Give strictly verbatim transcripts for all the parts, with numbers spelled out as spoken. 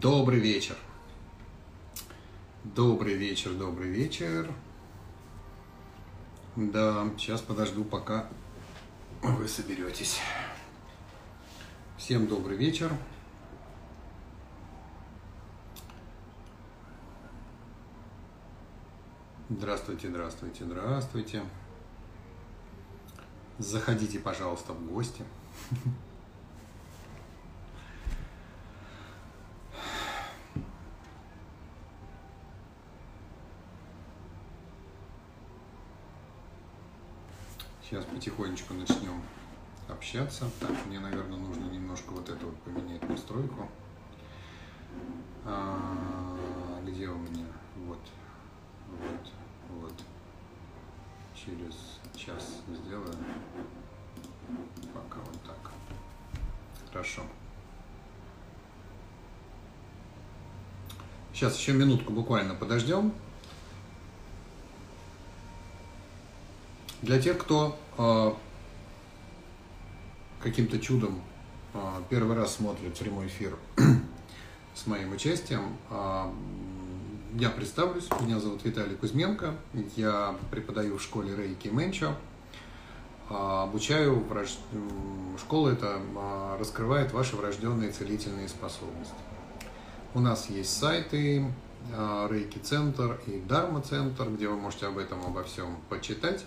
Добрый вечер. Добрый вечер, добрый вечер. Да, сейчас подожду, пока вы соберетесь. Всем добрый вечер. Здравствуйте, здравствуйте, здравствуйте. Заходите, пожалуйста, в гости. Сейчас потихонечку начнем общаться. Так, мне, наверное, нужно немножко вот это вот поменять настройку. А, где у меня? Вот, вот, вот. Через час сделаю. Пока вот так. Хорошо. Сейчас еще минутку буквально подождем. Для тех, кто э, каким-то чудом э, первый раз смотрит прямой эфир с моим участием, э, я представлюсь. Меня зовут Виталий Кузьменко. Я преподаю в школе Рейки Менчо. Э, обучаю. Враж... Школа эта э, раскрывает ваши врожденные целительные способности. У нас есть сайты э, Рейки Центр и Дарма Центр, где вы можете об этом, обо всем почитать.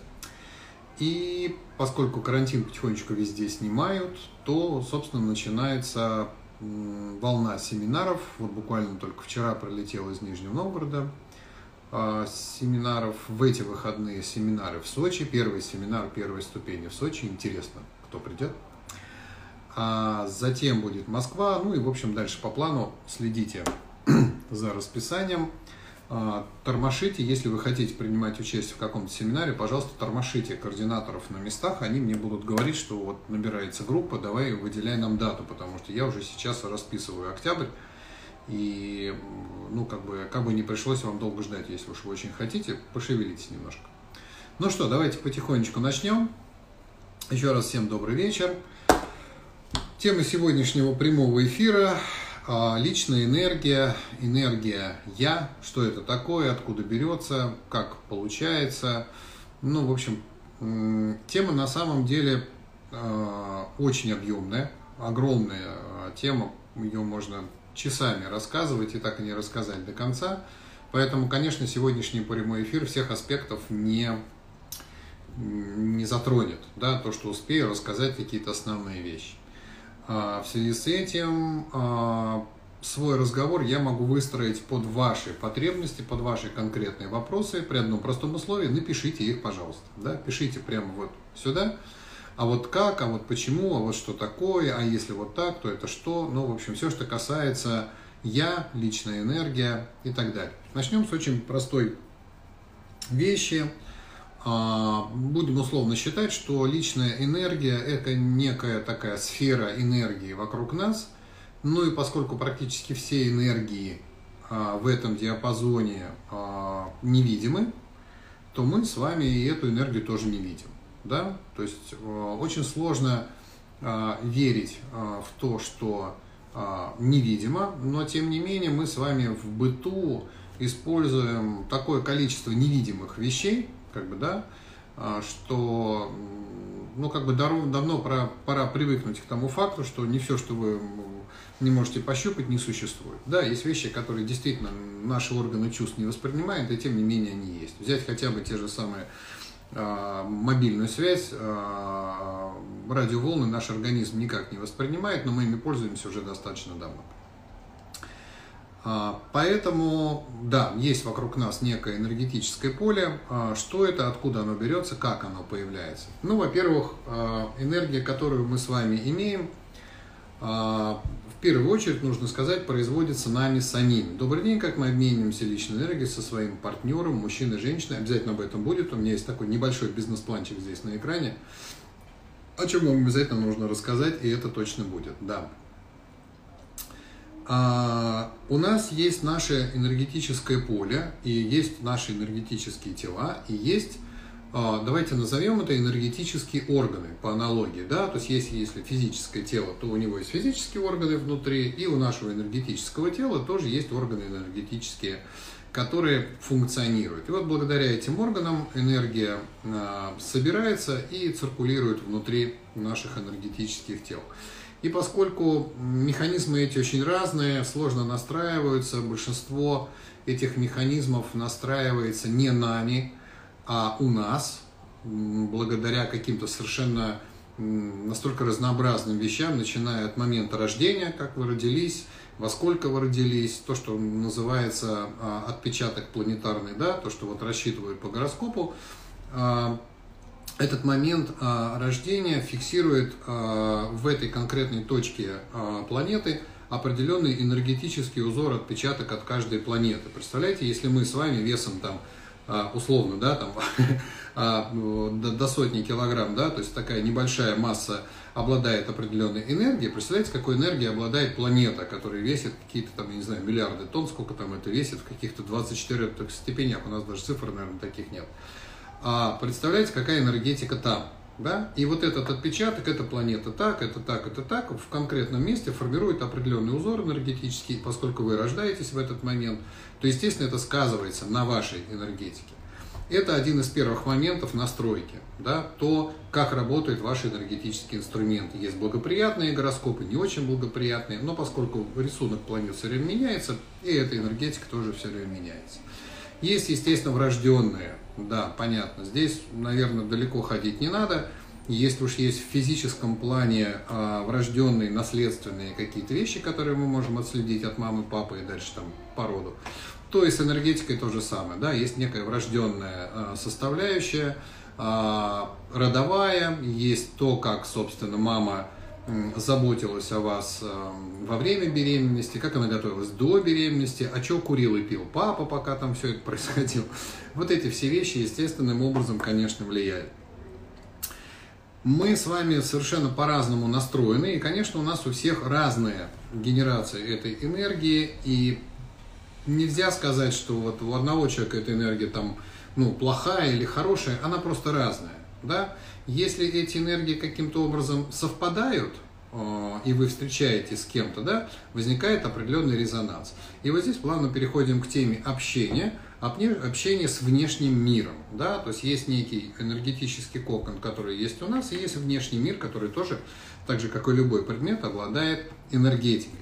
И поскольку карантин потихонечку везде снимают, то, собственно, начинается волна семинаров. Вот буквально только вчера прилетел из Нижнего Новгорода семинаров. В эти выходные семинары в Сочи. Первый семинар первой ступени в Сочи. Интересно, кто придет. А затем будет Москва. Ну и, в общем, дальше по плану следите за расписанием. Тормошите, если вы хотите принимать участие в каком-то семинаре, пожалуйста, тормошите координаторов на местах, они мне будут говорить, что вот набирается группа, давай выделяй нам дату, потому что я уже сейчас расписываю октябрь, и ну как бы, как бы не пришлось вам долго ждать, если уж вы очень хотите, пошевелитесь немножко. Ну что, давайте потихонечку начнем. Еще раз всем добрый вечер. Тема сегодняшнего прямого эфира – личная энергия, энергия «я», что это такое, откуда берется, как получается. Ну, в общем, тема на самом деле очень объемная, огромная тема, ее можно часами рассказывать и так и не рассказать до конца. Поэтому, конечно, сегодняшний прямой эфир всех аспектов не, не затронет, да, то, что успею рассказать какие-то основные вещи. В связи с этим свой разговор я могу выстроить под ваши потребности, под ваши конкретные вопросы при одном простом условии. Напишите их, пожалуйста. Да? Пишите прямо вот сюда. А вот как, а вот почему, а вот что такое, а если вот так, то это что? Ну, в общем, все, что касается я, личная энергия и так далее. Начнем с очень простой вещи. Будем условно считать, что личная энергия – это некая такая сфера энергии вокруг нас. Ну и поскольку практически все энергии в этом диапазоне невидимы, то мы с вами и эту энергию тоже не видим. Да? То есть очень сложно верить в то, что невидимо, но тем не менее мы с вами в быту используем такое количество невидимых вещей, как бы, да, что, ну, как бы давно пора, пора привыкнуть к тому факту, что не все, что вы не можете пощупать, не существует. Да, есть вещи, которые действительно наши органы чувств не воспринимают, и тем не менее они есть. Взять хотя бы те же самые э, мобильную связь, э, радиоволны наш организм никак не воспринимает, но мы ими пользуемся уже достаточно давно. Поэтому, да, есть вокруг нас некое энергетическое поле. Что это, откуда оно берется, как оно появляется? Ну, во-первых, энергия, которую мы с вами имеем, в первую очередь, нужно сказать, производится нами самими. Добрый день, как мы обмениваемся личной энергией со своим партнером, мужчиной, женщиной. Обязательно об этом будет. У меня есть такой небольшой бизнес-планчик здесь на экране, о чем вам обязательно нужно рассказать, и это точно будет, да. А, у нас есть наше энергетическое поле, и есть наши энергетические тела, и есть давайте назовем это энергетические органы по аналогии, да, то есть если, если физическое тело, то у него есть физические органы внутри, и у нашего энергетического тела тоже есть органы энергетические, которые функционируют. И вот благодаря этим органам энергия э, собирается и циркулирует внутри наших энергетических тел. И поскольку механизмы эти очень разные, сложно настраиваются, большинство этих механизмов настраивается не нами, а у нас, благодаря каким-то совершенно настолько разнообразным вещам, начиная от момента рождения, как вы родились, во сколько вы родились, то, что называется отпечаток планетарный, да, то, что вот рассчитывают по гороскопу, этот момент рождения фиксирует в этой конкретной точке планеты определенный энергетический узор, отпечаток от каждой планеты. Представляете, если мы с вами весом там условно, да, там до сотни килограмм, да, то есть такая небольшая масса обладает определенной энергией. Представляете, какой энергией обладает планета, которая весит какие-то там, я не знаю, миллиарды тонн, сколько там это весит в каких-то двадцати четырёх степенях, у нас даже цифр, наверное, таких нет. А представляете, какая энергетика там, да? И вот этот отпечаток, эта планета так, это так, это так, в конкретном месте формирует определенный узор энергетический, поскольку вы рождаетесь в этот момент, то, естественно, это сказывается на вашей энергетике. Это один из первых моментов настройки, да, то, как работают ваши энергетические инструменты. Есть благоприятные гороскопы, не очень благоприятные, но поскольку рисунок планет все время меняется, и эта энергетика тоже все время меняется. Есть, естественно, врожденные, да, понятно, здесь, наверное, далеко ходить не надо. Если уж есть в физическом плане а, врожденные, наследственные какие-то вещи, которые мы можем отследить от мамы, папы и дальше там по роду, то и с энергетикой то же самое, да, есть некая врожденная а, составляющая, а, родовая, есть то, как, собственно, мама заботилась о вас во время беременности, как она готовилась до беременности, а что курил и пил папа, пока там все это происходило. Вот эти все вещи естественным образом, конечно, влияют. Мы с вами совершенно по-разному настроены, и, конечно, у нас у всех разная генерация этой энергии, и нельзя сказать, что вот у одного человека эта энергия там, ну, плохая или хорошая, она просто разная, да? Если эти энергии каким-то образом совпадают, и вы встречаетесь с кем-то, да, возникает определенный резонанс. И вот здесь плавно переходим к теме общения, общения с внешним миром. Да? То есть есть некий энергетический кокон, который есть у нас, и есть внешний мир, который тоже, так же как и любой предмет, обладает энергетикой.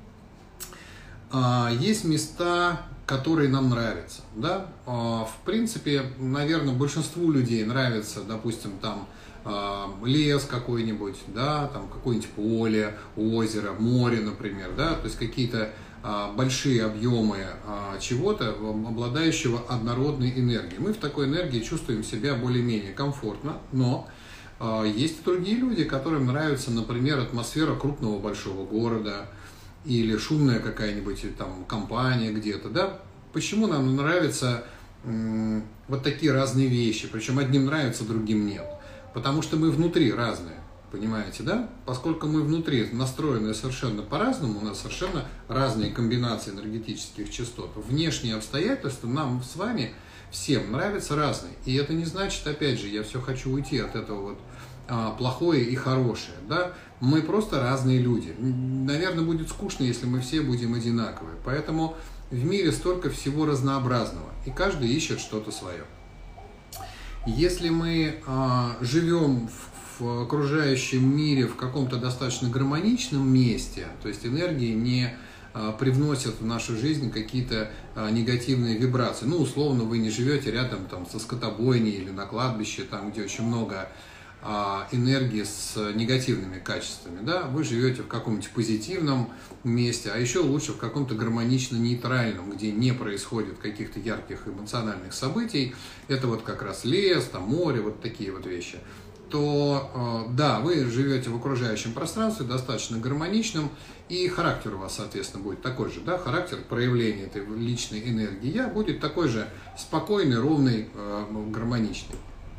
Есть места, которые нам нравятся. Да? В принципе, наверное, большинству людей нравится, допустим, там лес какой-нибудь, да, там какое-нибудь поле, озеро, море, например, да, то есть какие-то большие объемы чего-то, обладающего однородной энергией. Мы в такой энергии чувствуем себя более-менее комфортно, но есть и другие люди, которым нравится, например, атмосфера крупного большого города или шумная какая-нибудь там компания где-то, да. Почему нам нравятся м, вот такие разные вещи, причем одним нравится, другим нет? Потому что мы внутри разные, понимаете, да? Поскольку мы внутри настроены совершенно по-разному, у нас совершенно разные комбинации энергетических частот. Внешние обстоятельства нам с вами всем нравятся разные. И это не значит, опять же, я все хочу уйти от этого вот а, плохое и хорошее, да? Мы просто разные люди. Наверное, будет скучно, если мы все будем одинаковые. Поэтому в мире столько всего разнообразного, и каждый ищет что-то свое. Если мы а, живем в, в окружающем мире в каком-то достаточно гармоничном месте, то есть энергии не а, привносят в нашу жизнь какие-то а, негативные вибрации. Ну, условно, вы не живете рядом там, со скотобойней или на кладбище, там, где очень много а, энергии с негативными качествами. Да? Вы живете в каком-нибудь позитивном месте, а еще лучше в каком-то гармонично-нейтральном, где не происходит каких-то ярких эмоциональных событий. Это вот как раз лес, там, море, вот такие вот вещи. То да, вы живете в окружающем пространстве достаточно гармоничном, и характер у вас, соответственно, будет такой же. Да? Характер проявления этой личной энергии «я» будет такой же спокойный, ровный, гармоничный.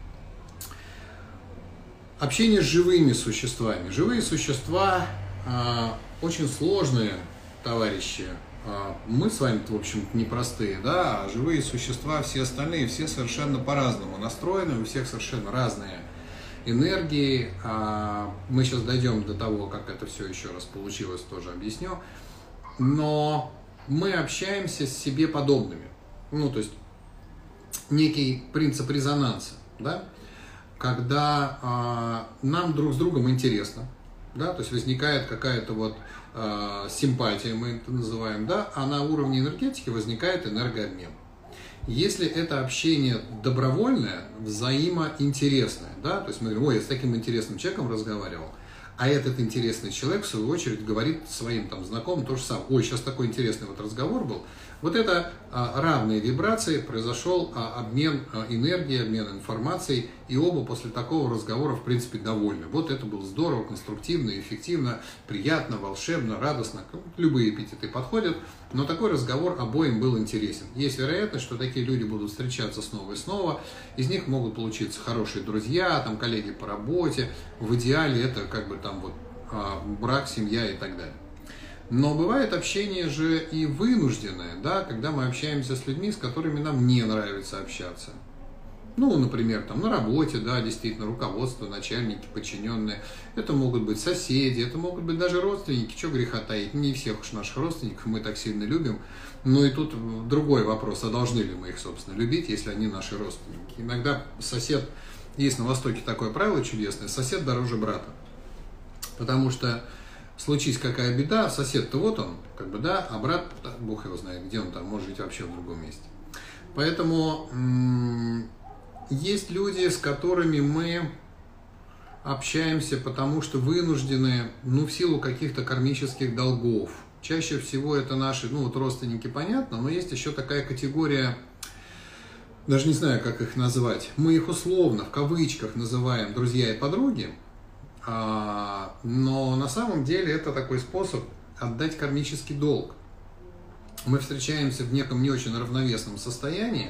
Общение с живыми существами. Живые существа э, очень сложные, товарищи, мы с вами, в общем, непростые, да, а живые существа, все остальные, все совершенно по-разному настроены, у всех совершенно разные энергии. Мы сейчас дойдем до того, как это все еще раз получилось, тоже объясню. Но мы общаемся с себе подобными. Ну, то есть, некий принцип резонанса, да, когда а, нам друг с другом интересно, да, то есть возникает какая-то вот а, симпатия, мы это называем, да, а на уровне энергетики возникает энергообмен. Если это общение добровольное, взаимоинтересное, да, то есть мы говорим, ой, я с таким интересным человеком разговаривал, а этот интересный человек, в свою очередь, говорит своим там знакомым то же самое. Ой, сейчас такой интересный вот разговор был. Вот это а, равные вибрации, произошел а, обмен а, энергией, обмен информацией, и оба после такого разговора, в принципе, довольны. Вот это было здорово, конструктивно, эффективно, приятно, волшебно, радостно. Любые эпитеты подходят, но такой разговор обоим был интересен. Есть вероятность, что такие люди будут встречаться снова и снова, из них могут получиться хорошие друзья, там, коллеги по работе. В идеале это как бы там вот а, брак, семья и так далее. Но бывает общение же и вынужденное, да, когда мы общаемся с людьми, с которыми нам не нравится общаться. Ну, например, там на работе, да, действительно, руководство, начальники, подчиненные. Это могут быть соседи, это могут быть даже родственники. Чего греха таить, не всех уж наших родственников мы так сильно любим. Но и тут другой вопрос, а должны ли мы их, собственно, любить, если они наши родственники. Иногда сосед, есть на Востоке такое правило чудесное, сосед дороже брата. Потому что случись какая беда, сосед-то вот он, как бы, да, а брат, да, бог его знает, где он там, может быть, вообще в другом месте. Поэтому м- есть люди, с которыми мы общаемся, потому что вынуждены, ну, в силу каких-то кармических долгов. Чаще всего это наши, ну, вот родственники, понятно, но есть еще такая категория, даже не знаю, как их назвать, мы их условно, в кавычках, называем друзья и подруги. А, но на самом деле это такой способ отдать кармический долг. Мы встречаемся в неком не очень равновесном состоянии,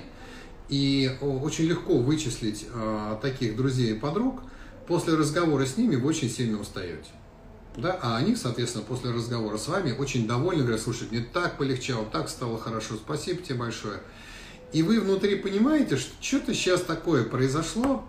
и очень легко вычислить а, таких друзей и подруг. После разговора с ними вы очень сильно устаете. Да? А они, соответственно, после разговора с вами очень довольны, говорят, слушай, мне так полегчало, так стало хорошо, спасибо тебе большое. И вы внутри понимаете, что что-то сейчас такое произошло,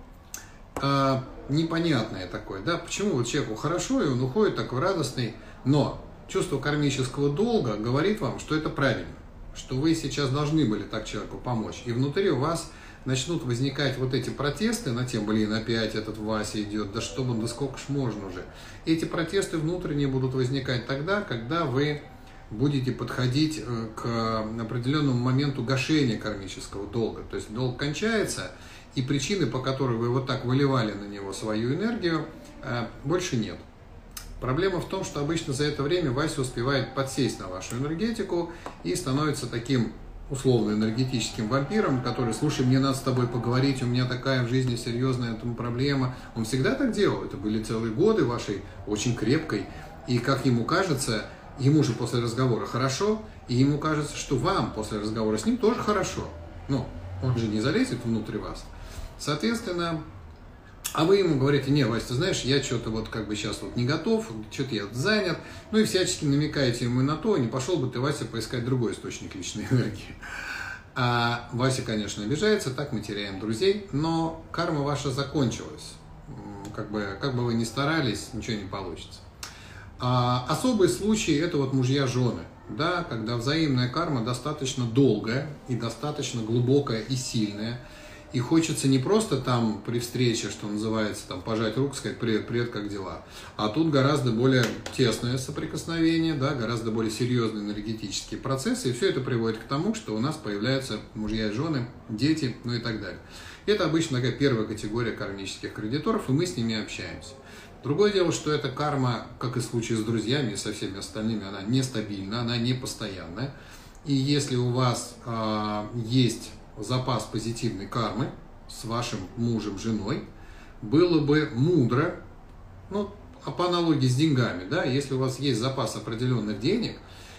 а, непонятное такое, да, почему вот человеку хорошо, и он уходит такой радостный, но чувство кармического долга говорит вам, что это правильно, что вы сейчас должны были так человеку помочь, и внутри у вас начнут возникать вот эти протесты на тем, блин, опять этот Вася идет, да что он, да сколько ж можно уже. Эти протесты внутренние будут возникать тогда, когда вы будете подходить к определенному моменту гашения кармического долга, то есть долг кончается, и причины, по которой вы вот так выливали на него свою энергию, больше нет. Проблема в том, что обычно за это время Вася успевает подсесть на вашу энергетику и становится таким условно-энергетическим вампиром, который, слушай, мне надо с тобой поговорить, у меня такая в жизни серьезная этому проблема. Он всегда так делал, это были целые годы вашей очень крепкой, и как ему кажется, ему же после разговора хорошо, и ему кажется, что вам после разговора с ним тоже хорошо. Ну, он же не залезет внутрь вас. Соответственно, а вы ему говорите, не, Вася, ты знаешь, я что-то вот как бы сейчас вот не готов, что-то я занят, ну и всячески намекаете ему на то, не пошел бы ты, Вася, поискать другой источник личной энергии. А Вася, конечно, обижается, так мы теряем друзей, но карма ваша закончилась. Как бы, как бы вы ни старались, ничего не получится. А особый случай – это вот мужья-жены, да, когда взаимная карма достаточно долгая и достаточно глубокая и сильная. И хочется не просто там при встрече, что называется, там пожать руку, сказать «привет, привет, как дела?», а тут гораздо более тесное соприкосновение, да, гораздо более серьезные энергетические процессы, и все это приводит к тому, что у нас появляются мужья и жены, дети, ну и так далее. Это обычно такая первая категория кармических кредиторов, и мы с ними общаемся. Другое дело, что эта карма, как и в случае с друзьями и со всеми остальными, она нестабильна, она не постоянная. И если у вас э, есть запас позитивной кармы с вашим мужем, женой, было бы мудро, ну, по аналогии с деньгами, да, если у вас есть запас определенных денег,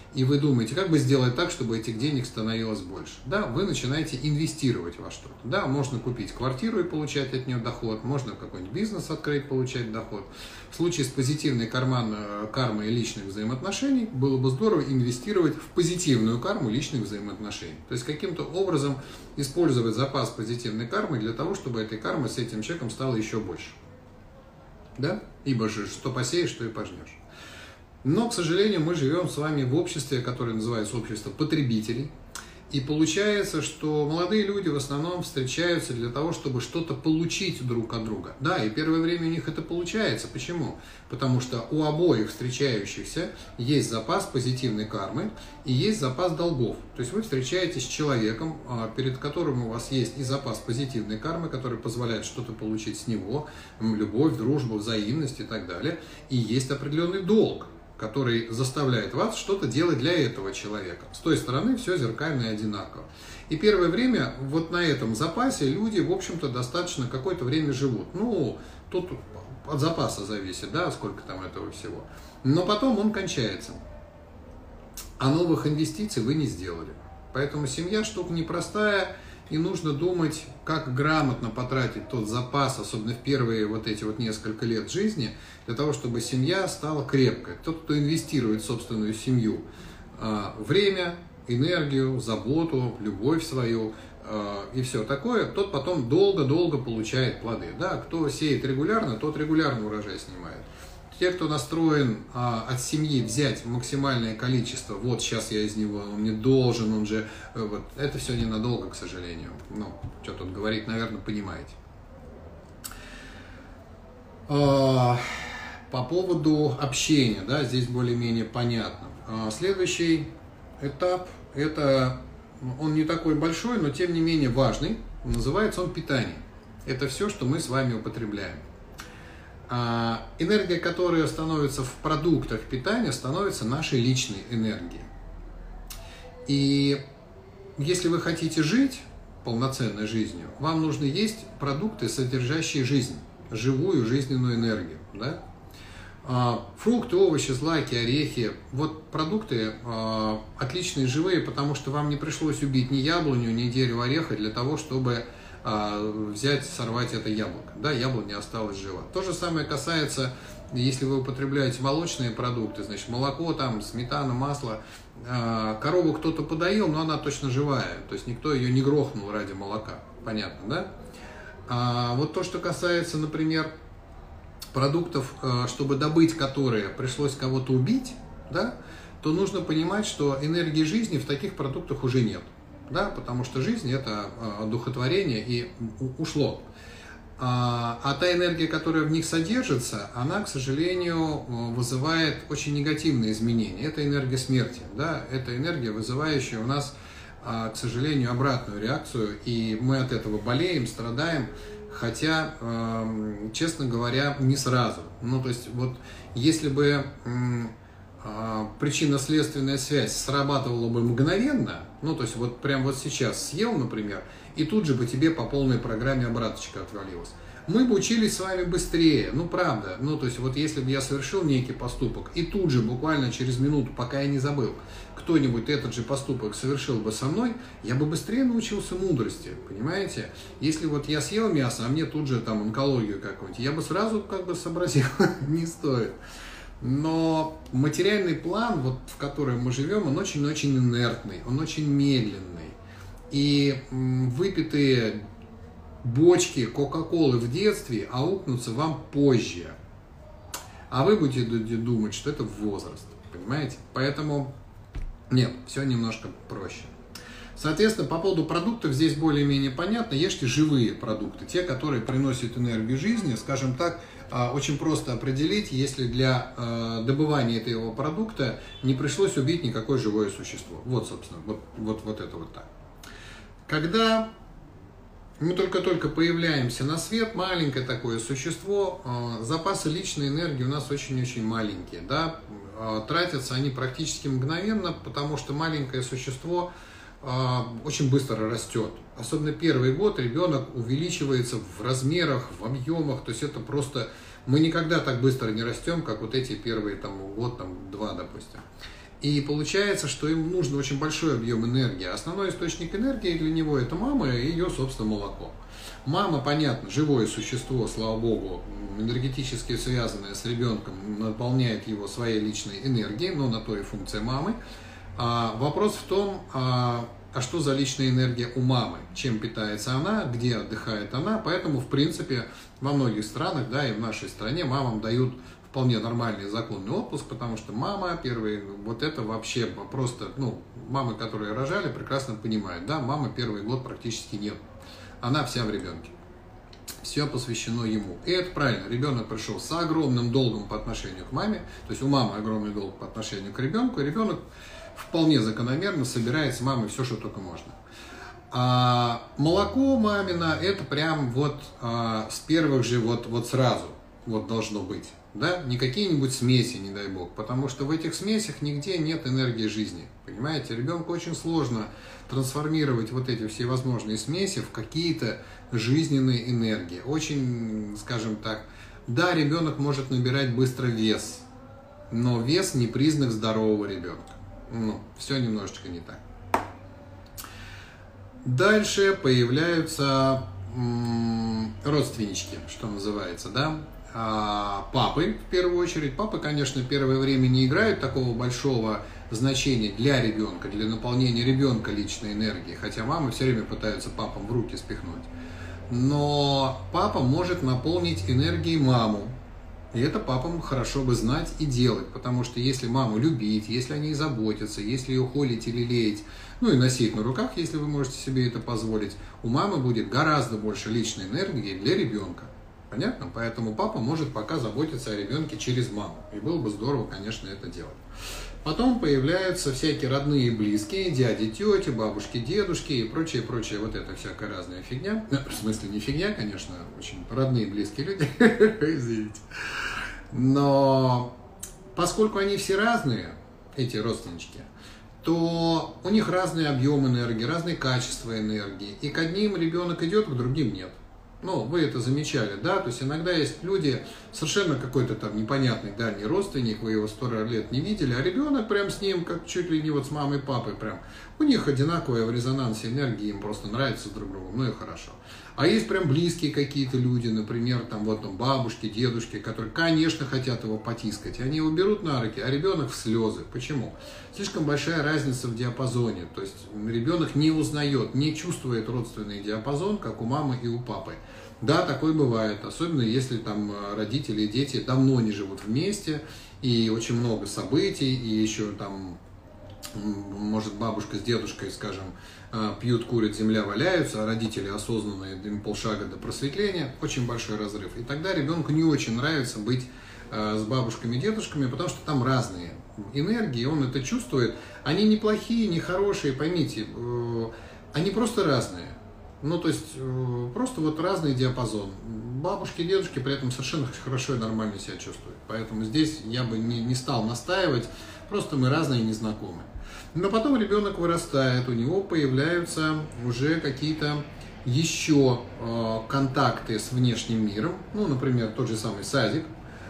и вы думаете, как бы сделать так, чтобы этих денег становилось больше. Да, вы начинаете инвестировать во что-то. Да, можно купить квартиру и получать от нее доход, можно какой-нибудь бизнес открыть, получать доход. В случае с позитивной карман, кармой личных взаимоотношений было бы здорово инвестировать в позитивную карму личных взаимоотношений. То есть каким-то образом использовать запас позитивной кармы для того, чтобы этой кармы с этим человеком стало еще больше. Да? Ибо же что посеешь, что и пожнешь. Но, к сожалению, мы живем с вами в обществе, которое называется общество потребителей. И получается, что молодые люди в основном встречаются для того, чтобы что-то получить друг от друга. Да, и первое время у них это получается. Почему? Потому что у обоих встречающихся есть запас позитивной кармы и есть запас долгов. То есть вы встречаетесь с человеком, перед которым у вас есть и запас позитивной кармы, который позволяет что-то получить с него, любовь, дружбу, взаимность и так далее. И есть определенный долг, который заставляет вас что-то делать для этого человека. С той стороны все зеркально и одинаково. И первое время вот на этом запасе люди, в общем-то, достаточно какое-то время живут. Ну, тут от запаса зависит, да, сколько там этого всего. Но потом он кончается. А новых инвестиций вы не сделали. Поэтому семья штука непростая, и нужно думать, как грамотно потратить тот запас, особенно в первые вот эти вот несколько лет жизни, для того, чтобы семья стала крепкой. Тот, кто инвестирует в собственную семью, время, энергию, заботу, любовь свою и все такое, тот потом долго-долго получает плоды. Да? Кто сеет регулярно, тот регулярно урожай снимает. Те, кто настроен а, от семьи взять максимальное количество, вот сейчас я из него, он мне должен, он же, вот, это все ненадолго, к сожалению. Ну, что тут говорить, наверное, понимаете. А, по поводу общения, да, здесь более-менее понятно. А, следующий этап, это, он не такой большой, но тем не менее важный, называется он питание. Это все, что мы с вами употребляем. А энергия, которая становится в продуктах питания, становится нашей личной энергией. И если вы хотите жить полноценной жизнью, вам нужно есть продукты, содержащие жизнь, живую жизненную энергию. Да? А, фрукты, овощи, злаки, орехи. Вот продукты а, отличные, живые, потому что вам не пришлось убить ни яблоню, ни дерево ореха для того, чтобы взять, сорвать это яблоко. Да, яблоня осталась жива. То же самое касается, если вы употребляете молочные продукты, значит, молоко, там, сметана, масло. Корову кто-то подоил, но она точно живая. То есть никто ее не грохнул ради молока. Понятно, да? А вот то, что касается, например, продуктов, чтобы добыть которые пришлось кого-то убить, да, то нужно понимать, что энергии жизни в таких продуктах уже нет. Да, потому что жизнь – это одухотворение, и ушло. А, а та энергия, которая в них содержится, она, к сожалению, вызывает очень негативные изменения. Это энергия смерти. Да? Это энергия, вызывающая у нас, к сожалению, обратную реакцию, и мы от этого болеем, страдаем, хотя, честно говоря, не сразу. Ну, то есть, вот если бы причинно-следственная связь срабатывала бы мгновенно, ну, то есть вот прям вот сейчас съел, например, и тут же бы тебе по полной программе обраточка отвалилась. Мы бы учились с вами быстрее, ну, правда. Ну, то есть вот если бы я совершил некий поступок, и тут же, буквально через минуту, пока я не забыл, кто-нибудь этот же поступок совершил бы со мной, я бы быстрее научился мудрости, понимаете? Если вот я съел мясо, а мне тут же там онкологию какую-нибудь, я бы сразу как бы сообразил, не стоит. Но материальный план, вот, в котором мы живем, он очень-очень инертный, он очень медленный. И выпитые бочки Кока-Колы в детстве аукнутся вам позже. А вы будете думать, что это возраст, понимаете? Поэтому нет, все немножко проще. Соответственно, по поводу продуктов здесь более-менее понятно. Ешьте живые продукты, те, которые приносят энергию жизни. Скажем так, очень просто определить, если для добывания этого продукта не пришлось убить никакое живое существо. Вот, собственно, вот, вот, вот это вот так. Когда мы только-только появляемся на свет, маленькое такое существо, запасы личной энергии у нас очень-очень маленькие. Да? Тратятся они практически мгновенно, потому что маленькое существо очень быстро растет. Особенно первый год ребенок увеличивается в размерах, в объемах. То есть это просто... Мы никогда так быстро не растем, как вот эти первые там, год, там, два, допустим. И получается, что им нужен очень большой объем энергии. Основной источник энергии для него – это мама и ее, собственно, молоко. Мама, понятно, живое существо, слава богу, энергетически связанное с ребенком, наполняет его своей личной энергией, но на то и функция мамы. А вопрос в том, а, а что за личная энергия у мамы, чем питается она, где отдыхает она. Поэтому, в принципе, во многих странах, да, и в нашей стране мамам дают вполне нормальный законный отпуск, потому что мама, первый, вот это вообще просто, ну, мамы, которые рожали, прекрасно понимают, да, мамы первый год практически нет. Она вся в ребенке. Все посвящено ему. И это правильно. Ребенок пришел с огромным долгом по отношению к маме. То есть у мамы огромный долг по отношению к ребенку. И ребенок вполне закономерно собирает с мамой все, что только можно. А молоко мамино, это прям вот а, с первых же вот, вот сразу вот должно быть. Да? Не какие-нибудь смеси, не дай бог. Потому что в этих смесях нигде нет энергии жизни. Понимаете? Ребенку очень сложно трансформировать вот эти все возможные смеси в какие-то жизненные энергии. Очень, скажем так, да, ребенок может набирать быстро вес, но вес не признак здорового ребенка. Ну, все немножечко не так. Дальше появляются м- родственнички, что называется, да. А папы, в первую очередь. Папы, конечно, первое время не играют такого большого значения для ребенка, для наполнения ребенка личной энергией, хотя мамы все время пытаются папам в руки спихнуть. Но папа может наполнить энергией маму, и это папам хорошо бы знать и делать, потому что если маму любить, если о ней заботиться, если ее холить или леять, ну и носить на руках, если вы можете себе это позволить, у мамы будет гораздо больше личной энергии для ребенка. Понятно? Поэтому папа может пока заботиться о ребенке через маму. И было бы здорово, конечно, это делать. Потом появляются всякие родные и близкие, дяди, тети, бабушки, дедушки и прочее, прочее, вот эта всякая разная фигня. Ну, в смысле, не фигня, конечно, очень родные и близкие люди, извините. Но поскольку они все разные, эти родственнички, то у них разный объем энергии, разные качества энергии. И к одним ребенок идет, к другим нет. Ну, вы это замечали, да? То есть иногда есть люди, совершенно какой-то там непонятный дальний родственник, вы его сто лет не видели, а ребенок прям с ним, как чуть ли не вот с мамой и папой прям. У них одинаковая в резонансе энергия, им просто нравится друг другу, ну и хорошо. А есть прям близкие какие-то люди, например, там вот там бабушки, дедушки, которые, конечно, хотят его потискать. Они его берут на руки, а ребенок в слезы. Почему? Слишком большая разница в диапазоне. То есть ребенок не узнает, не чувствует родственный диапазон, как у мамы и у папы. Да, такое бывает, особенно если там родители и дети давно не живут вместе, и очень много событий, и еще там, может, бабушка с дедушкой, скажем, пьют, курят, земля валяются, а родители осознанные, им полшага до просветления, очень большой разрыв. И тогда ребенку не очень нравится быть с бабушками и дедушками, потому что там разные энергии, он это чувствует. Они не плохие, не хорошие, поймите, они просто разные. Ну, то есть, просто вот разный диапазон. Бабушки и дедушки при этом совершенно хорошо и нормально себя чувствуют. Поэтому здесь я бы не, не стал настаивать, просто мы разные и незнакомые. Но потом ребенок вырастает, у него появляются уже какие-то еще э, контакты с внешним миром. Ну, например, тот же самый садик,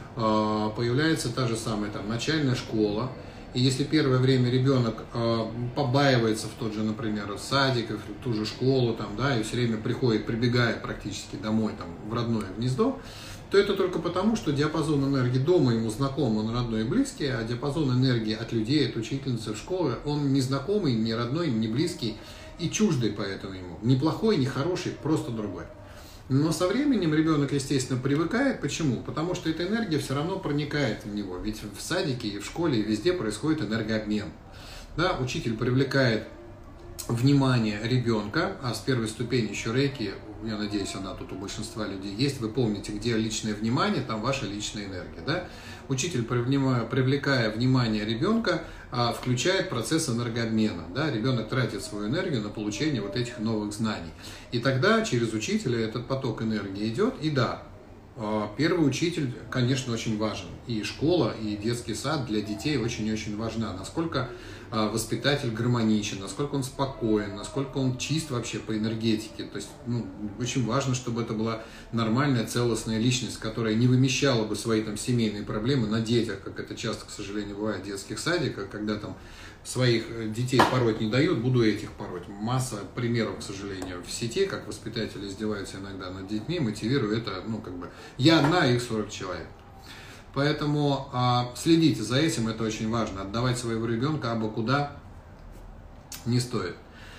э, появляется та же самая там начальная школа. И если первое время ребенок э, побаивается в тот же, например, садик, в ту же школу, там, да, и все время приходит, прибегает практически домой, там, в родное гнездо, то это только потому, что диапазон энергии дома ему знаком, он родной и близкий, а диапазон энергии от людей, от учительницы в школе, он не знакомый, не родной, не близкий и чуждый поэтому ему. Не плохой, не хороший, просто другой. Но со временем ребенок, естественно, привыкает. Почему? Потому что эта энергия все равно проникает в него. Ведь в садике и в школе и везде происходит энергообмен. Да, учитель привлекает внимание ребенка, а с первой ступени еще рейки, я надеюсь, она тут у большинства людей есть, вы помните, где личное внимание, там ваша личная энергия. Да? Учитель, привлекая внимание ребенка, включает процесс энергообмена. Да? Ребенок тратит свою энергию на получение вот этих новых знаний. И тогда через учителя этот поток энергии идет. И да, первый учитель, конечно, очень важен. И школа, и детский сад для детей очень и очень важна. Насколько воспитатель гармоничен, насколько он спокоен, насколько он чист вообще по энергетике. То есть, ну, очень важно, чтобы это была нормальная, целостная личность, которая не вымещала бы свои там семейные проблемы на детях, как это часто, к сожалению, бывает в детских садиках, когда там своих детей пороть не дают, буду этих пороть. Масса примеров, к сожалению, в сети, как воспитатели издеваются иногда над детьми, мотивируя это, ну, как бы, я одна, их сорок человек. Поэтому а, следите за этим, это очень важно. Отдавать своего ребенка абы куда не стоит.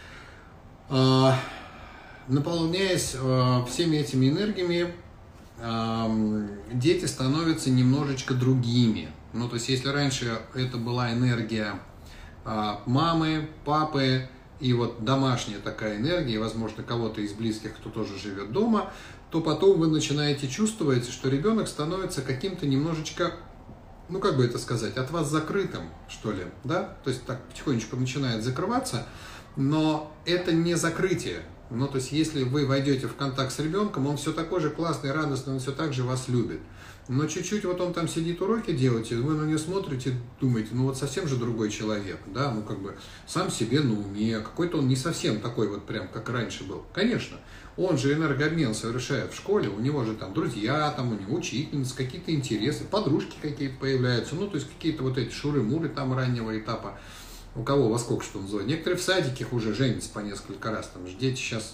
А, наполняясь а, всеми этими энергиями, а, дети становятся немножечко другими. Ну, то есть, если раньше это была энергия а, мамы, папы и вот домашняя такая энергия, возможно, кого-то из близких, кто тоже живет дома, то потом вы начинаете чувствовать, что ребенок становится каким-то немножечко, ну как бы это сказать, от вас закрытым, что ли, да? То есть так потихонечку начинает закрываться, но это не закрытие. Ну то есть если вы войдете в контакт с ребенком, он все такой же классный, радостный, он все так же вас любит. Но чуть-чуть вот он там сидит, уроки делаете, вы на него смотрите, думаете, ну вот совсем же другой человек, да, ну как бы сам себе на уме, какой-то он не совсем такой вот прям, как раньше был. Конечно, он же энергообмен совершает в школе, у него же там друзья, там у него учительницы, какие-то интересы, подружки какие-то появляются, ну то есть какие-то вот эти шуры-муры там раннего этапа. У кого во сколько что называют. Некоторые в садике уже женятся по несколько раз, там же дети сейчас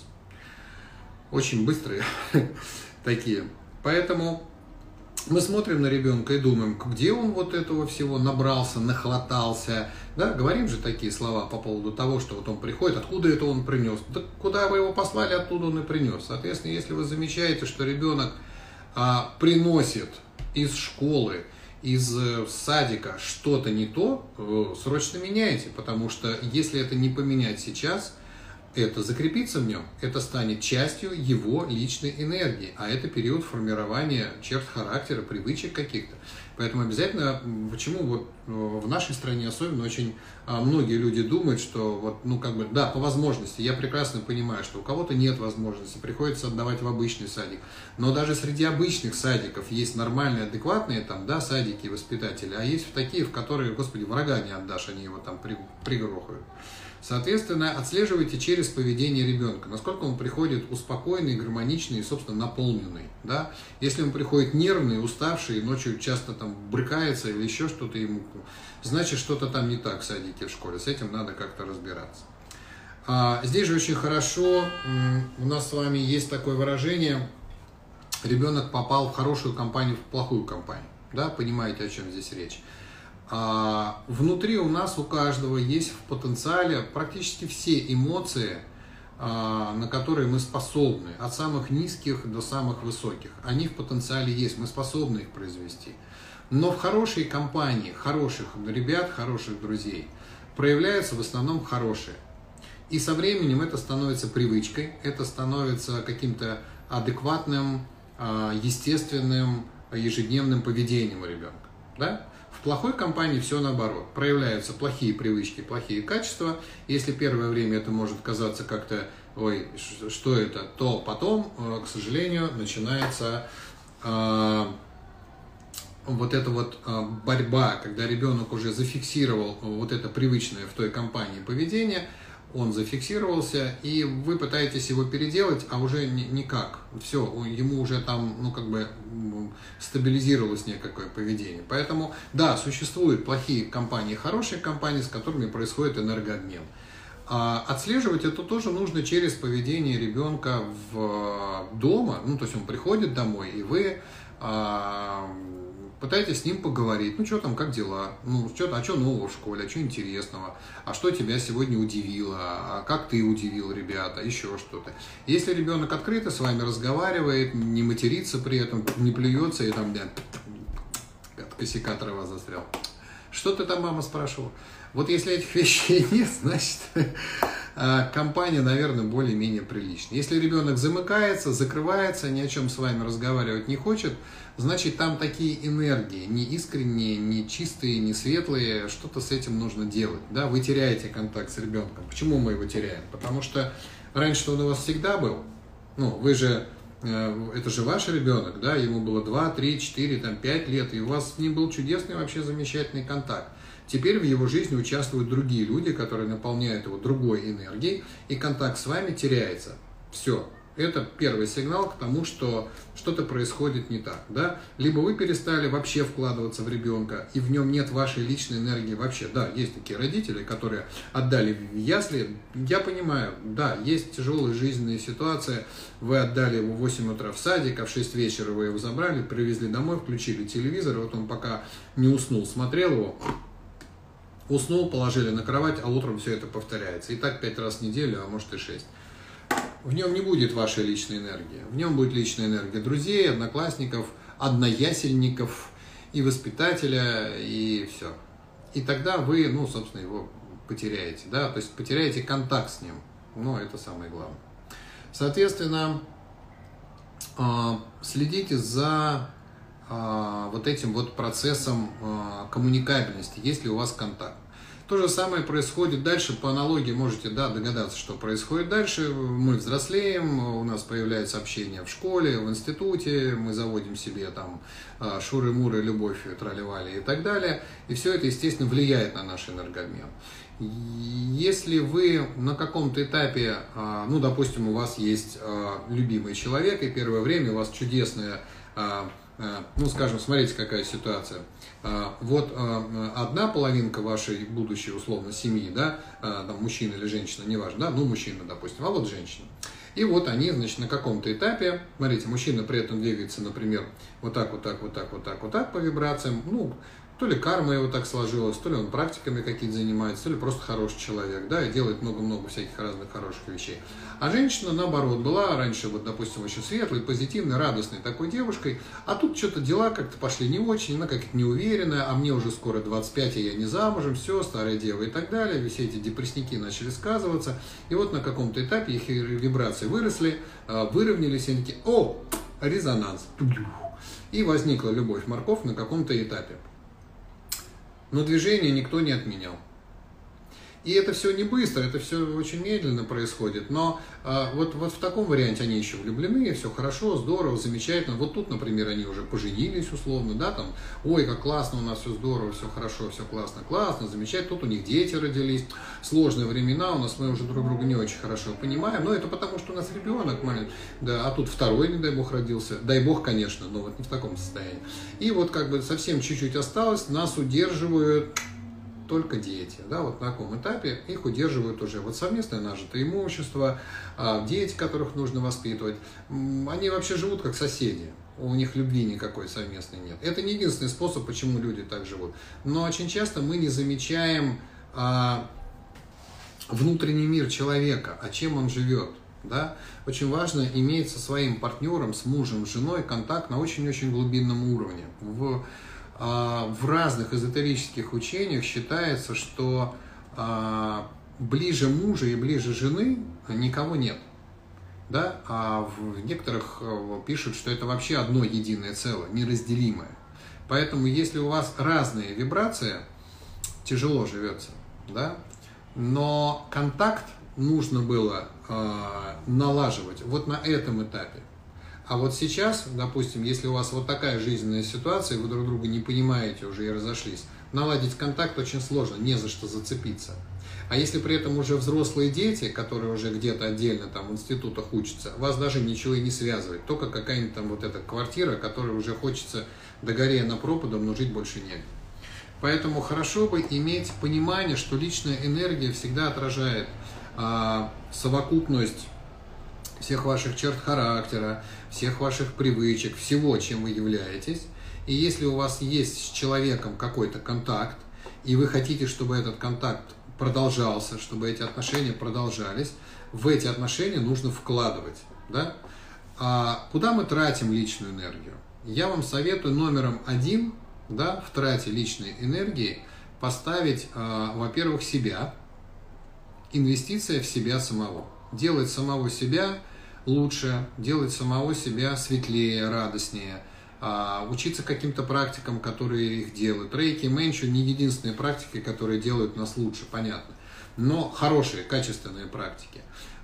очень быстрые такие. Поэтому мы смотрим на ребенка и думаем, где он вот этого всего набрался, нахватался. Да, говорим же такие слова по поводу того, что вот он приходит, откуда это он принес. Да куда вы его послали, оттуда он и принес. Соответственно, если вы замечаете, что ребенок а, приносит из школы, из садика что-то не то, срочно меняйте, потому что если это не поменять сейчас, это закрепится в нем, это станет частью его личной энергии, а это период формирования черт характера, привычек каких-то. Поэтому обязательно, почему вот в нашей стране особенно очень многие люди думают, что вот, ну как бы, да, по возможности, я прекрасно понимаю, что у кого-то нет возможности, приходится отдавать в обычный садик, но даже среди обычных садиков есть нормальные, адекватные там, да, садики и воспитатели, а есть такие, в которые, господи, врага не отдашь, они его там при, пригрохают. Соответственно, отслеживайте через поведение ребенка, насколько он приходит успокоенный, гармоничный и, собственно, наполненный. Да? Если он приходит нервный, уставший, ночью часто там брыкается или еще что-то ему, значит, что-то там не так в садике, в школе. С этим надо как-то разбираться. А здесь же очень хорошо, у нас с вами есть такое выражение, ребенок попал в хорошую компанию, в плохую компанию. Да? Понимаете, о чем здесь речь? А внутри у нас у каждого есть в потенциале практически все эмоции, а, на которые мы способны, от самых низких до самых высоких. Они в потенциале есть, мы способны их произвести. Но в хорошей компании, хороших ребят, хороших друзей проявляются в основном хорошие. И со временем это становится привычкой, это становится каким-то адекватным, естественным, ежедневным поведением ребенка. Да? В плохой компании все наоборот. Проявляются плохие привычки, плохие качества. Если первое время это может казаться как-то, ой, что это, то потом, к сожалению, начинается э, вот эта вот э, борьба, когда ребенок уже зафиксировал вот это привычное в той компании поведение, он зафиксировался, и вы пытаетесь его переделать, а уже ни, никак. Все, ему уже там, ну, как бы стабилизировалось некое поведение. Поэтому, да, существуют плохие компании, хорошие компании, с которыми происходит энергообмен. А отслеживать это тоже нужно через поведение ребенка в дома. Ну, то есть он приходит домой, и вы а, пытаетесь с ним поговорить. Ну, что там, как дела? Ну, что, а что нового в школе? А что интересного? А что тебя сегодня удивило? А как ты удивил ребята? Еще что-то. Если ребенок открыто с вами разговаривает, не матерится при этом, не плюется и там, блядь, от косяка трава застрял. Что ты там, мама, спрашивала? Вот если этих вещей нет, значит, компания, наверное, более-менее приличная. Если ребенок замыкается, закрывается, ни о чем с вами разговаривать не хочет, значит, там такие энергии, не искренние, не чистые, не светлые, что-то с этим нужно делать. Да? Вы теряете контакт с ребенком. Почему мы его теряем? Потому что раньше он у вас всегда был. Ну, вы же, это же ваш ребенок, да, ему было два, три, четыре, там, пять лет, и у вас с ним был чудесный, вообще замечательный контакт. Теперь в его жизни участвуют другие люди, которые наполняют его другой энергией, и контакт с вами теряется. Все. Это первый сигнал к тому, что что-то происходит не так. Да? Либо вы перестали вообще вкладываться в ребенка, и в нем нет вашей личной энергии вообще. Да, есть такие родители, которые отдали в ясли. Я понимаю, да, есть тяжелые жизненные ситуации. Вы отдали его в восемь утра в садик, а в шесть вечера вы его забрали, привезли домой, включили телевизор, и вот он пока не уснул, смотрел его, уснул, положили на кровать, а утром все это повторяется. И так пять раз в неделю, а может и шесть. В нем не будет вашей личной энергии. В нем будет личная энергия друзей, одноклассников, одноясельников и воспитателя, и все. И тогда вы, ну, собственно, его потеряете, да, то есть потеряете контакт с ним. Но это самое главное. Соответственно, следите за вот этим вот процессом коммуникабельности, есть ли у вас контакт. То же самое происходит дальше, по аналогии можете, да, догадаться, что происходит дальше. Мы взрослеем, у нас появляется общение в школе, в институте, мы заводим себе там шуры-муры, любовь, трали-вали и так далее. И все это, естественно, влияет на наш энергообмен. Если вы на каком-то этапе, ну, допустим, у вас есть любимый человек, и первое время у вас чудесная, ну, скажем, смотрите, какая ситуация. Вот одна половинка вашей будущей, условно, семьи, да, там, мужчина или женщина, неважно, да, ну, мужчина, допустим, а вот женщина. И вот они, значит, на каком-то этапе, смотрите, мужчина при этом двигается, например, вот так, вот так, вот так, вот так, вот так по вибрациям, ну, то ли карма его так сложилась, то ли он практиками какие-то занимается, то ли просто хороший человек, да, и делает много-много всяких разных хороших вещей. А женщина, наоборот, была раньше, вот, допустим, очень светлой, позитивной, радостной такой девушкой, а тут что-то дела как-то пошли не очень, она как-то неуверенная, а мне уже скоро двадцать пять, и я не замужем, все, старая дева и так далее, все эти депрессники начали сказываться, и вот на каком-то этапе их вибрации выросли, выровнялись, и они такие, о, резонанс, и возникла любовь-морковь на каком-то этапе. Но движение никто не отменял. И это все не быстро, это все очень медленно происходит, но а, вот, вот в таком варианте они еще влюблены, все хорошо, здорово, замечательно. Вот тут, например, они уже поженились условно, да, там, ой, как классно у нас, все здорово, все хорошо, все классно, классно, замечательно. Тут у них дети родились, сложные времена, у нас мы уже друг друга не очень хорошо понимаем, но это потому, что у нас ребенок маленький, да, а тут второй, не дай бог, родился, дай бог, конечно, но вот не в таком состоянии. И вот как бы совсем чуть-чуть осталось, нас удерживают только дети, да, вот на таком этапе их удерживают уже вот совместное нажитое имущество, дети, которых нужно воспитывать, они вообще живут как соседи, у них любви никакой совместной нет. Это не единственный способ, почему люди так живут, но очень часто мы не замечаем а, внутренний мир человека, а чем он живет. Да? Очень важно иметь со своим партнером, с мужем, с женой контакт на очень-очень глубинном уровне. В В разных эзотерических учениях считается, что ближе мужа и ближе жены никого нет. Да? А в некоторых пишут, что это вообще одно единое целое, неразделимое. Поэтому, если у вас разные вибрации, тяжело живется. Да? Но контакт нужно было налаживать вот на этом этапе. А вот сейчас, допустим, если у вас вот такая жизненная ситуация, вы друг друга не понимаете уже и разошлись, наладить контакт очень сложно, не за что зацепиться. А если при этом уже взрослые дети, которые уже где-то отдельно там в институтах учатся, вас даже ничего и не связывает, только какая-нибудь там вот эта квартира, которая уже хочется догорея на пропадом, но жить больше негде. Поэтому хорошо бы иметь понимание, что личная энергия всегда отражает а, совокупность всех ваших черт характера, всех ваших привычек, всего, чем вы являетесь. И если у вас есть с человеком какой-то контакт, и вы хотите, чтобы этот контакт продолжался, чтобы эти отношения продолжались, в эти отношения нужно вкладывать. Да? А куда мы тратим личную энергию? Я вам советую номером один, да, в трате личной энергии поставить, а, во-первых, себя, инвестиция в себя самого. Делать самого себя лучше, делать самого себя светлее, радостнее, учиться каким-то практикам, которые их делают. Рейки и менчу не единственные практики, которые делают нас лучше, понятно, но хорошие, качественные практики.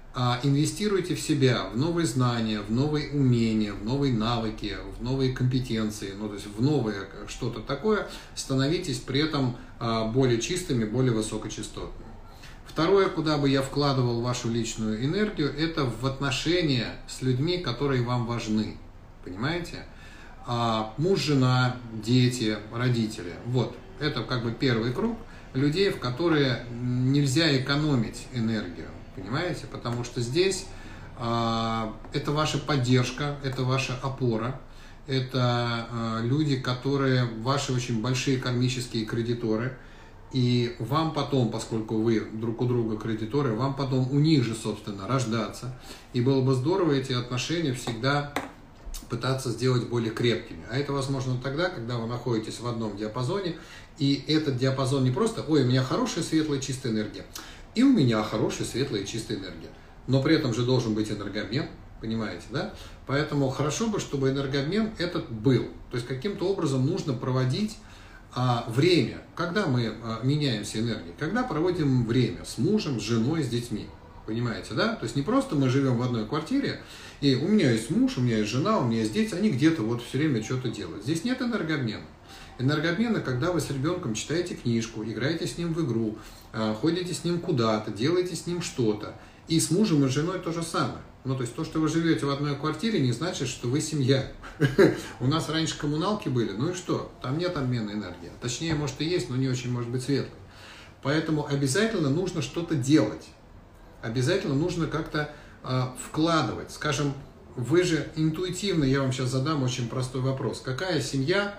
инвестируйте в себя, в новые знания, в новые умения, в новые навыки, в новые компетенции, ну, то есть в новое что-то такое, становитесь при этом более чистыми, более высокочастотными. Второе, куда бы я вкладывал вашу личную энергию, это в отношения с людьми, которые вам важны, понимаете? Муж, жена, дети, родители. Вот, это как бы первый круг людей, в которые нельзя экономить энергию. Понимаете? Потому что здесь э, это ваша поддержка, это ваша опора, это э, люди, которые ваши очень большие кармические кредиторы, и вам потом, поскольку вы друг у друга кредиторы, вам потом у них же, собственно, рождаться, и было бы здорово эти отношения всегда пытаться сделать более крепкими. А это возможно тогда, когда вы находитесь в одном диапазоне, и этот диапазон не просто «Ой, у меня хорошая, светлая, чистая энергия», и у меня хорошая, светлая и чистая энергия. Но при этом же должен быть энергообмен, понимаете, да? Поэтому хорошо бы, чтобы энергообмен этот был. То есть каким-то образом нужно проводить а, время. Когда мы а, меняемся энергией? Когда проводим время с мужем, с женой, с детьми. Понимаете, да? То есть не просто мы живем в одной квартире, и у меня есть муж, у меня есть жена, у меня есть дети, они где-то вот все время что-то делают. Здесь нет энергообмена. Энергообмена, когда вы с ребенком читаете книжку, играете с ним в игру, ходите с ним куда-то, делаете с ним что-то. И с мужем и с женой то же самое. Ну, то есть то, что вы живете в одной квартире, не значит, что вы семья. У нас раньше коммуналки были, ну и что? Там нет обмена энергии. Точнее, может и есть, но не очень может быть светлой. Поэтому обязательно нужно что-то делать. Обязательно нужно как-то э, вкладывать. Скажем, вы же интуитивно, я вам сейчас задам очень простой вопрос. Какая семья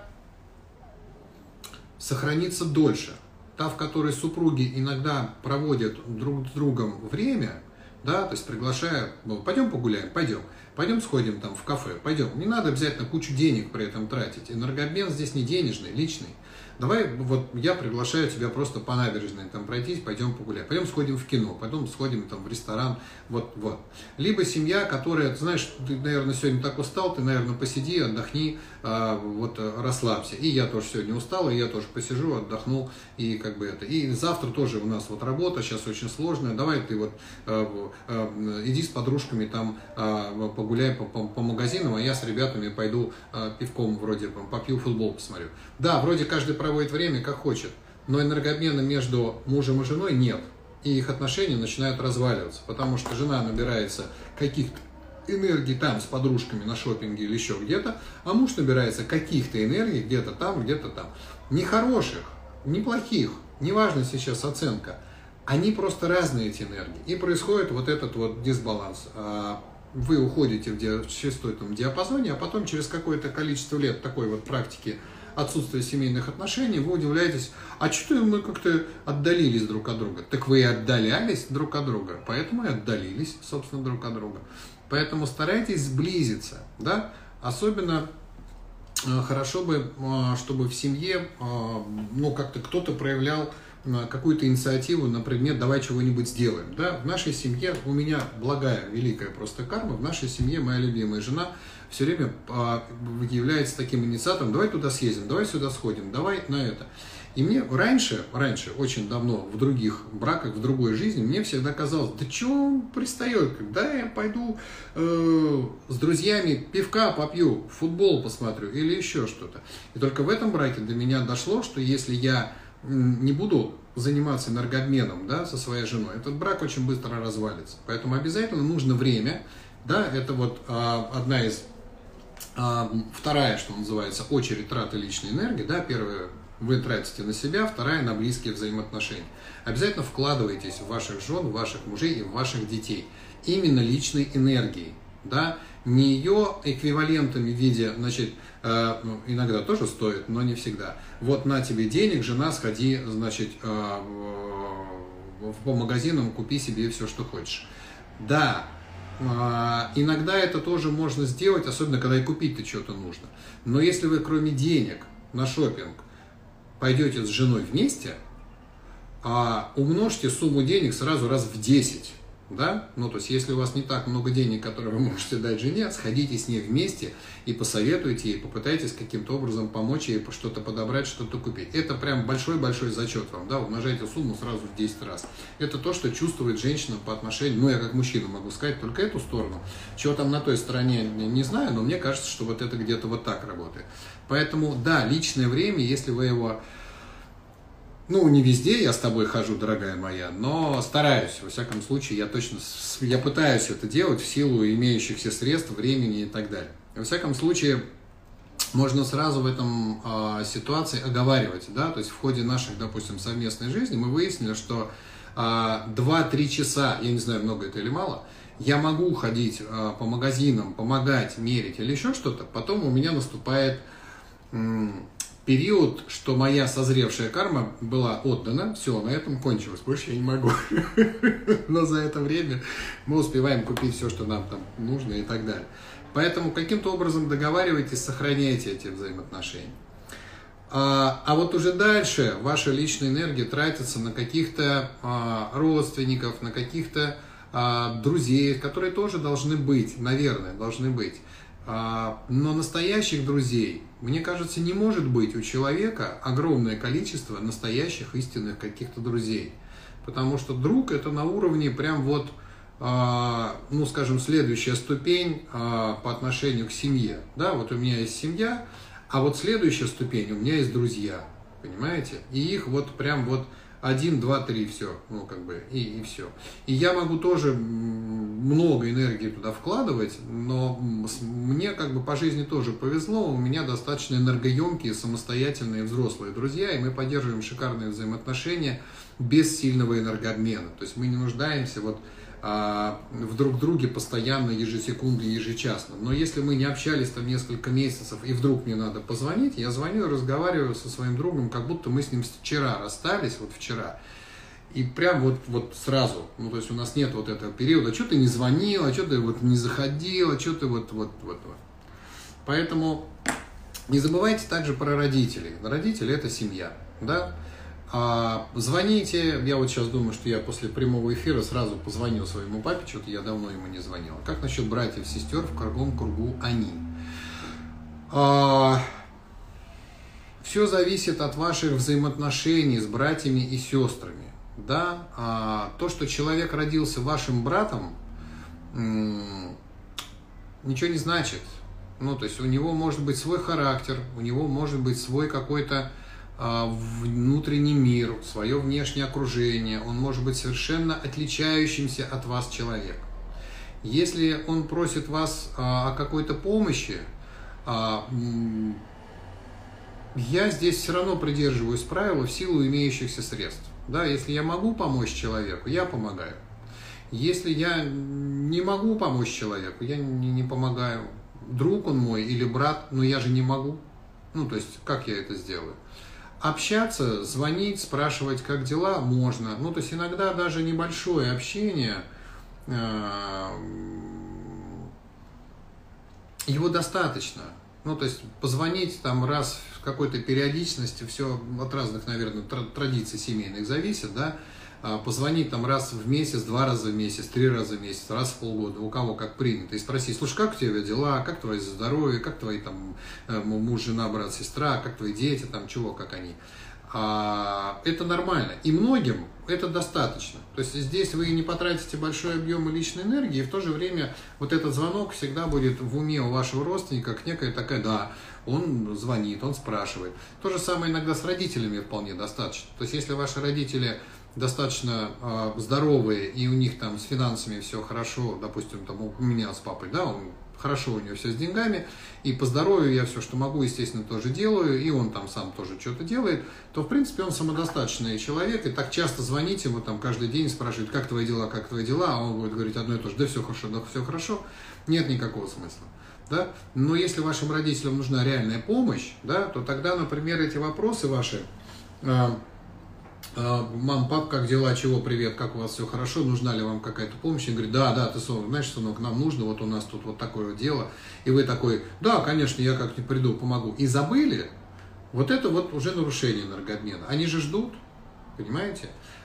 сохранится дольше? Та, в которой супруги иногда проводят друг с другом время, да, то есть приглашают, ну, пойдем погуляем, пойдем, пойдем сходим там в кафе, пойдем. Не надо обязательно кучу денег при этом тратить. Энергообмен здесь не денежный, личный. Давай, вот я приглашаю тебя просто по набережной там пройтись, пойдем погулять, пойдем сходим в кино, пойдем сходим там в ресторан, вот, вот. Либо семья, которая, ты знаешь, ты, наверное, сегодня так устал, ты, наверное, посиди, отдохни, а, вот, расслабься. И я тоже сегодня устал, и я тоже посижу, отдохну, и как бы это. И завтра тоже у нас вот работа, сейчас очень сложная, давай ты вот а, а, иди с подружками там а, погуляй по, по, по магазинам, а я с ребятами пойду а, пивком вроде попью, футбол посмотрю. Да, вроде каждый проводит время как хочет, но энергообмена между мужем и женой нет. И их отношения начинают разваливаться, потому что жена набирается каких-то энергий там с подружками на шопинге или еще где-то, а муж набирается каких-то энергий где-то там, где-то там. Не хороших, не плохих, неважно сейчас оценка, они просто разные, эти энергии. И происходит вот этот вот дисбаланс. Вы уходите в частотном диапазоне, а потом через какое-то количество лет такой вот практики отсутствие семейных отношений, вы удивляетесь, а что мы как-то отдалились друг от друга? Так вы и отдалялись друг от друга, поэтому и отдалились, собственно, друг от друга. Поэтому старайтесь сблизиться, да, особенно э, хорошо бы, э, чтобы в семье, э, ну, как-то кто-то проявлял э, какую-то инициативу на предмет «давай чего-нибудь сделаем», да. В нашей семье, у меня благая, великая просто карма, в нашей семье моя любимая жена все время является таким инициатором: давай туда съездим, давай сюда сходим, давай на это. И мне раньше, раньше, очень давно, в других браках, в другой жизни, мне всегда казалось, да чего он пристает, когда я пойду э, с друзьями пивка попью, футбол посмотрю или еще что-то. И только в этом браке до меня дошло, что если я не буду заниматься энергообменом, да, со своей женой, этот брак очень быстро развалится. Поэтому обязательно нужно время, да, это вот э, одна из вторая, что называется, очередь траты личной энергии, да, первая вы тратите на себя, вторая на близкие взаимоотношения. Обязательно вкладывайтесь в ваших жен, в ваших мужей и в ваших детей. Именно личной энергией, да, не ее эквивалентами в виде, значит, э, ну, иногда тоже стоит, но не всегда. Вот на тебе денег, жена, сходи, значит, э, по магазинам, купи себе все, что хочешь. Да. Иногда это тоже можно сделать, особенно когда и купить-то что-то нужно. Но если вы кроме денег на шопинг пойдете с женой вместе, умножьте сумму денег сразу раз в десять. да, ну, то есть, если у вас не так много денег, которые вы можете дать жене, сходите с ней вместе и посоветуйте ей, попытайтесь каким-то образом помочь ей что-то подобрать, что-то купить. Это прям большой-большой зачет вам, да, умножайте сумму сразу в десять раз. Это то, что чувствует женщина по отношению, ну, я как мужчина могу сказать только эту сторону. Чего там на той стороне, не знаю, но мне кажется, что вот это где-то вот так работает. Поэтому, да, личное время, если вы его... Ну, не везде я с тобой хожу, дорогая моя, но стараюсь. Во всяком случае, я точно, я пытаюсь это делать в силу имеющихся средств, времени и так далее. Во всяком случае, можно сразу в этом э, ситуации оговаривать, да, то есть в ходе наших, допустим, совместной жизни мы выяснили, что э, два-три часа, я не знаю, много это или мало, я могу ходить э, по магазинам, помогать, мерить или еще что-то, потом у меня наступает... М- период, что моя созревшая карма была отдана, все, на этом кончилось, больше я не могу. Но за это время мы успеваем купить все, что нам там нужно и так далее. Поэтому каким-то образом договаривайтесь, сохраняйте эти взаимоотношения. А, а вот уже дальше ваша личная энергия тратится на каких-то а, родственников, на каких-то а, друзей, которые тоже должны быть, наверное, должны быть. Но настоящих друзей, мне кажется, не может быть у человека огромное количество настоящих истинных каких-то друзей. Потому что друг это на уровне прям вот, ну скажем, следующая ступень по отношению к семье. Да, вот у меня есть семья, а вот следующая ступень у меня есть друзья, понимаете? И их вот прям вот один, два, три, все, ну как бы, и, и все. И я могу тоже много энергии туда вкладывать, но мне как бы по жизни тоже повезло, у меня достаточно энергоемкие, самостоятельные взрослые друзья, и мы поддерживаем шикарные взаимоотношения без сильного энергообмена. То есть мы не нуждаемся вот а, в друг друге постоянно, ежесекундно, ежечасно. Но если мы не общались там несколько месяцев, и вдруг мне надо позвонить, я звоню и разговариваю со своим другом, как будто мы с ним вчера расстались, вот вчера. И прям вот, вот сразу, ну то есть у нас нет вот этого периода, что ты не звонила, что ты вот не заходила, что ты вот, вот, вот, вот. Поэтому не забывайте также про родителей. Родители – это семья, да. А, звоните, я вот сейчас думаю, что я после прямого эфира сразу позвоню своему папе, что-то я давно ему не звонил. Как насчет братьев, сестер, в каком кругу они? А, все зависит от ваших взаимоотношений с братьями и сестрами. Да? А, то, что человек родился вашим братом, м- ничего не значит. Ну, то есть у него может быть свой характер, у него может быть свой какой-то внутренний мир, свое внешнее окружение, он может быть совершенно отличающимся от вас человек. Если он просит вас о какой-то помощи, я здесь все равно придерживаюсь правила в силу имеющихся средств. Да, если я могу помочь человеку, я помогаю. Если я не могу помочь человеку, я не, не помогаю. Друг он мой или брат, но я же не могу. Ну, то есть, как я это сделаю? Общаться, звонить, спрашивать, как дела, можно. Ну, то есть, иногда даже небольшое общение, его достаточно. Ну, то есть, позвонить там раз в какой-то периодичности, все от разных, наверное, традиций семейных зависит, да, позвонить там раз в месяц, два раза в месяц, три раза в месяц, раз в полгода, у кого как принято, и спросить, слушай, как у тебя дела, как твое здоровье, как твои там муж, жена, брат, сестра, как твои дети, там чего, как они. Это нормально, и многим это достаточно. То есть здесь вы не потратите большой объем личной энергии, и в то же время вот этот звонок всегда будет в уме у вашего родственника, как некая такая, да, он звонит, он спрашивает. То же самое иногда с родителями вполне достаточно. То есть если ваши родители достаточно э, здоровые, и у них там с финансами все хорошо, допустим, там у меня с папой, да, он, хорошо у него все с деньгами, и по здоровью я все, что могу, естественно, тоже делаю, и он там сам тоже что-то делает, то, в принципе, он самодостаточный человек, и так часто звонить ему там каждый день и спрашивать, как твои дела, как твои дела, а он будет говорить одно и то же, да все хорошо, да все хорошо, нет никакого смысла. Да? Но если вашим родителям нужна реальная помощь, да, то тогда, например, эти вопросы ваши, э, мам, пап, как дела, чего, привет, как у вас все хорошо, нужна ли вам какая-то помощь? Он говорит, да, да, ты, знаешь, сынок, нам нужно, вот у нас тут вот такое вот дело. И вы такой, да, конечно, я как-нибудь приду, помогу. И забыли, вот это вот уже нарушение энергообмена. Они же ждут, понимаете?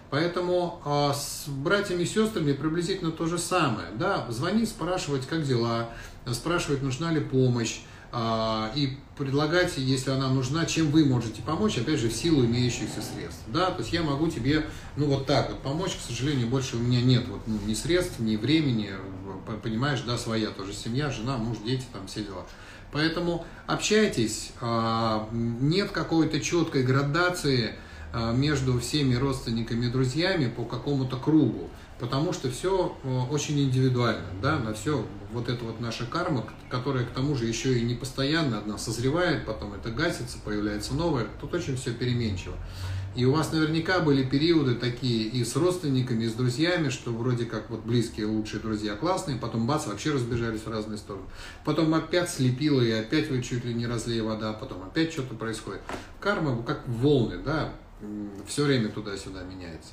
Поэтому э, с братьями и сестрами приблизительно то же самое. Да? Звонить, спрашивать, как дела, спрашивать, нужна ли помощь, э, и предлагать, если она нужна, чем вы можете помочь, опять же, в силу имеющихся средств. Да? То есть я могу тебе, ну, вот так вот помочь, к сожалению, больше у меня нет вот, ну, ни средств, ни времени, понимаешь, да, своя тоже семья, жена, муж, дети, там все дела. Поэтому общайтесь, э, нет какой-то четкой градации между всеми родственниками и друзьями по какому-то кругу, потому что все очень индивидуально, да, на все вот это вот наша карма, которая к тому же еще и не постоянно, одна созревает, потом это гасится, появляется новое, тут очень все переменчиво. И у вас наверняка были периоды такие и с родственниками, и с друзьями, что вроде как вот близкие, лучшие друзья, классные, потом бац, вообще разбежались в разные стороны. Потом опять слепило, и опять вы чуть ли не разлей вода, потом опять что-то происходит. Карма как волны, да, все время туда-сюда меняется.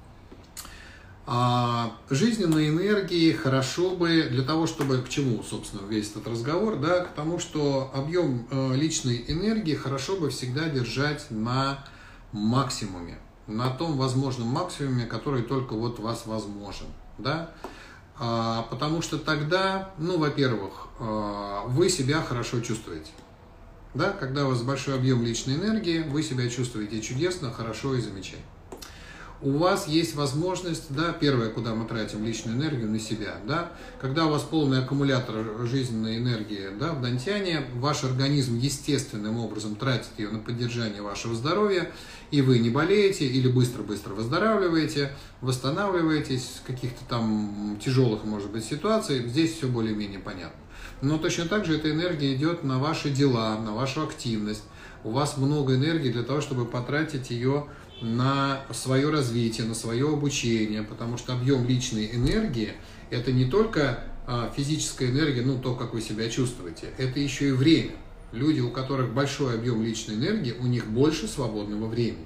А жизненные энергии хорошо бы для того, чтобы, к чему, собственно, весь этот разговор, да, к тому, что объем э, личной энергии хорошо бы всегда держать на максимуме, на том возможном максимуме, который только вот у вас возможен, да, а, потому что тогда, ну, во-первых, э, вы себя хорошо чувствуете. Да, когда у вас большой объем личной энергии, вы себя чувствуете чудесно, хорошо и замечательно. У вас есть возможность, да, первое, куда мы тратим личную энергию, на себя, да, когда у вас полный аккумулятор жизненной энергии, да, в дантяне, ваш организм естественным образом тратит ее на поддержание вашего здоровья, и вы не болеете, или быстро-быстро выздоравливаете, восстанавливаетесь в каких-то там тяжелых, может быть, ситуациях, здесь все более-менее понятно. Но точно так же эта энергия идет на ваши дела, на вашу активность. У вас много энергии для того, чтобы потратить ее на свое развитие, на свое обучение, потому что объем личной энергии – это не только физическая энергия, ну, то, как вы себя чувствуете, это еще и время. Люди, у которых большой объем личной энергии, у них больше свободного времени.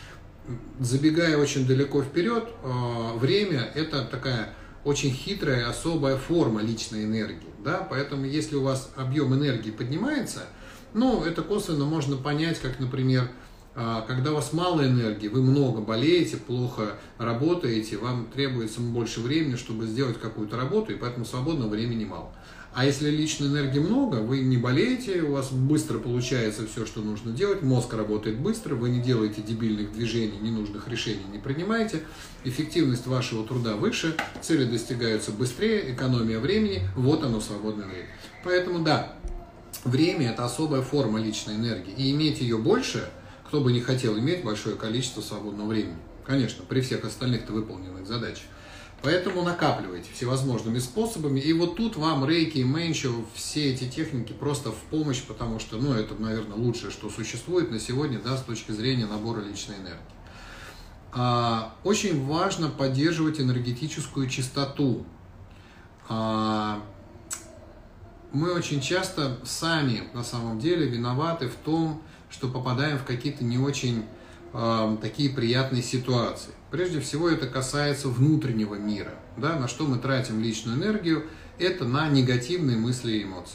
Забегая очень далеко вперед, время – это такая очень хитрая, особая форма личной энергии, да, поэтому если у вас объем энергии поднимается, ну, это косвенно можно понять, как, например, когда у вас мало энергии, вы много болеете, плохо работаете, вам требуется больше времени, чтобы сделать какую-то работу, и поэтому свободного времени мало. А если личной энергии много, вы не болеете, у вас быстро получается все, что нужно делать, мозг работает быстро, вы не делаете дебильных движений, ненужных решений не принимаете, эффективность вашего труда выше, цели достигаются быстрее, экономия времени, вот оно, свободное время. Поэтому да, время – это особая форма личной энергии, и иметь ее больше, кто бы не хотел иметь большое количество свободного времени, конечно, при всех остальных-то выполненных задачах. Поэтому накапливайте всевозможными способами. И вот тут вам рейки и менчо, все эти техники просто в помощь, потому что, ну, это, наверное, лучшее, что существует на сегодня, да, с точки зрения набора личной энергии. А, очень важно поддерживать энергетическую чистоту. А, мы очень часто сами, на самом деле, виноваты в том, что попадаем в какие-то не очень а, такие приятные ситуации. Прежде всего, это касается внутреннего мира. Да, на что мы тратим личную энергию, это на негативные мысли и эмоции.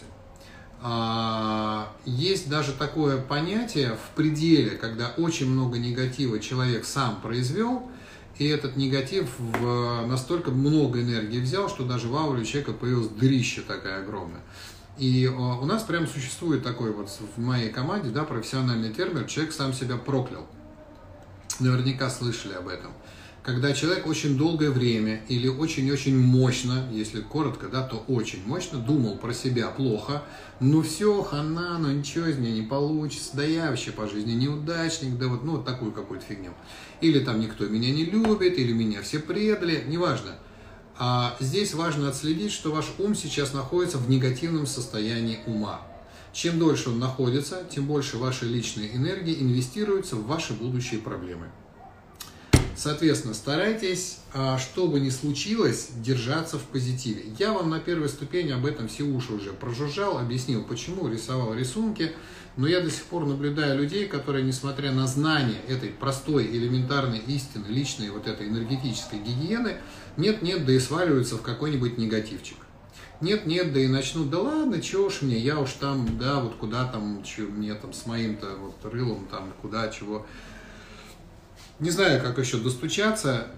А, есть даже такое понятие в пределе, когда очень много негатива человек сам произвел, и этот негатив в настолько много энергии взял, что даже в ауре у человека появилась дырища такая огромная. И у нас прям существует такой вот в моей команде, да, профессиональный термин «человек сам себя проклял». Наверняка слышали об этом. Когда человек очень долгое время или очень-очень мощно, если коротко, да, то очень мощно думал про себя плохо, ну все, хана, ну ничего из меня не получится, да я вообще по жизни неудачник, да вот, ну вот такую какую-то фигню. Или там никто меня не любит, или меня все предали, неважно. А здесь важно отследить, что ваш ум сейчас находится в негативном состоянии ума. Чем дольше он находится, тем больше вашей личной энергии инвестируется в ваши будущие проблемы. Соответственно, старайтесь, что бы ни случилось, держаться в позитиве. Я вам на первой ступени об этом все уши уже прожужжал, объяснил, почему, рисовал рисунки. Но я до сих пор наблюдаю людей, которые, несмотря на знание этой простой, элементарной истины, личной вот этой энергетической гигиены, нет-нет, да и сваливаются в какой-нибудь негативчик. Нет-нет, да и начнут, да ладно, чего уж мне, я уж там, да, вот куда там, что мне там с моим-то вот рылом, там, куда, чего. Не знаю, как еще достучаться.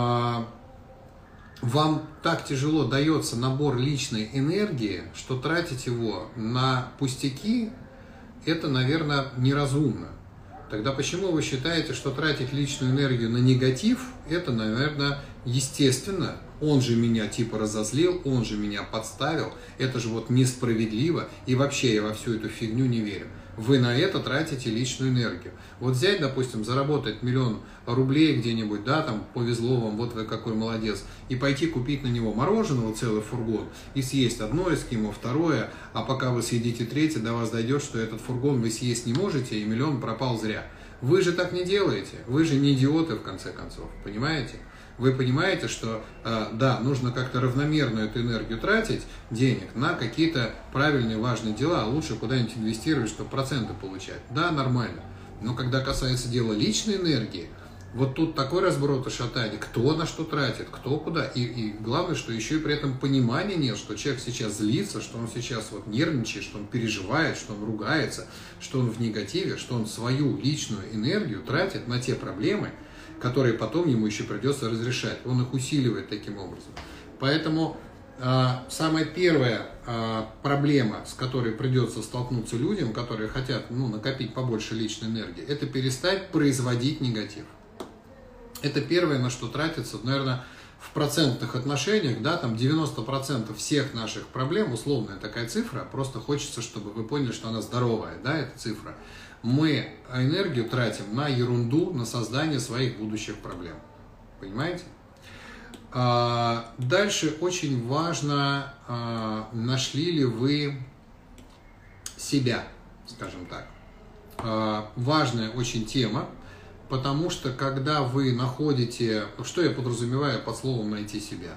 Вам так тяжело дается набор личной энергии, что тратить его на пустяки – это, наверное, неразумно. Тогда почему вы считаете, что тратить личную энергию на негатив – это, наверное, естественно? Он же меня типа разозлил, он же меня подставил, это же вот несправедливо, и вообще я во всю эту фигню не верю. Вы на это тратите личную энергию. Вот взять, допустим, заработать миллион рублей где-нибудь, да, там повезло вам, вот вы какой молодец, и пойти купить на него мороженого целый фургон, и съесть одно эскимо, второе, а пока вы съедите третье, до вас дойдет, что этот фургон вы съесть не можете, и миллион пропал зря. Вы же так не делаете, вы же не идиоты в конце концов, понимаете? Вы понимаете, что, э, да, нужно как-то равномерно эту энергию тратить, денег, на какие-то правильные, важные дела, а лучше куда-нибудь инвестировать, чтобы проценты получать. Да, нормально. Но когда касается дела личной энергии, вот тут такой разброд и шатание, кто на что тратит, кто куда. И, и главное, что еще и при этом понимания нет, что человек сейчас злится, что он сейчас вот нервничает, что он переживает, что он ругается, что он в негативе, что он свою личную энергию тратит на те проблемы, которые потом ему еще придется разрешать. Он их усиливает таким образом. Поэтому э, самая первая э, проблема, с которой придется столкнуться людям, которые хотят ну, накопить побольше личной энергии, это перестать производить негатив. Это первое, на что тратится, наверное, в процентных отношениях, да, там девяносто процентов всех наших проблем, условная такая цифра, просто хочется, чтобы вы поняли, что она здоровая, да, эта цифра. Мы энергию тратим на ерунду, на создание своих будущих проблем. Понимаете? А, дальше очень важно, а, нашли ли вы себя, скажем так. А, важная очень тема, потому что когда вы находите... Что я подразумеваю под словом «найти себя»?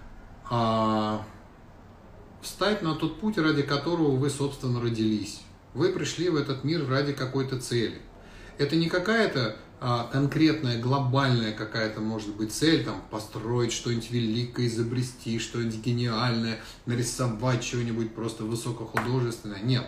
А, встать на тот путь, ради которого вы, собственно, родились. Вы пришли в этот мир ради какой-то цели. Это не какая-то а, конкретная, глобальная какая-то, может быть, цель, там, построить что-нибудь великое, изобрести что-нибудь гениальное, нарисовать что-нибудь просто высокохудожественное. Нет.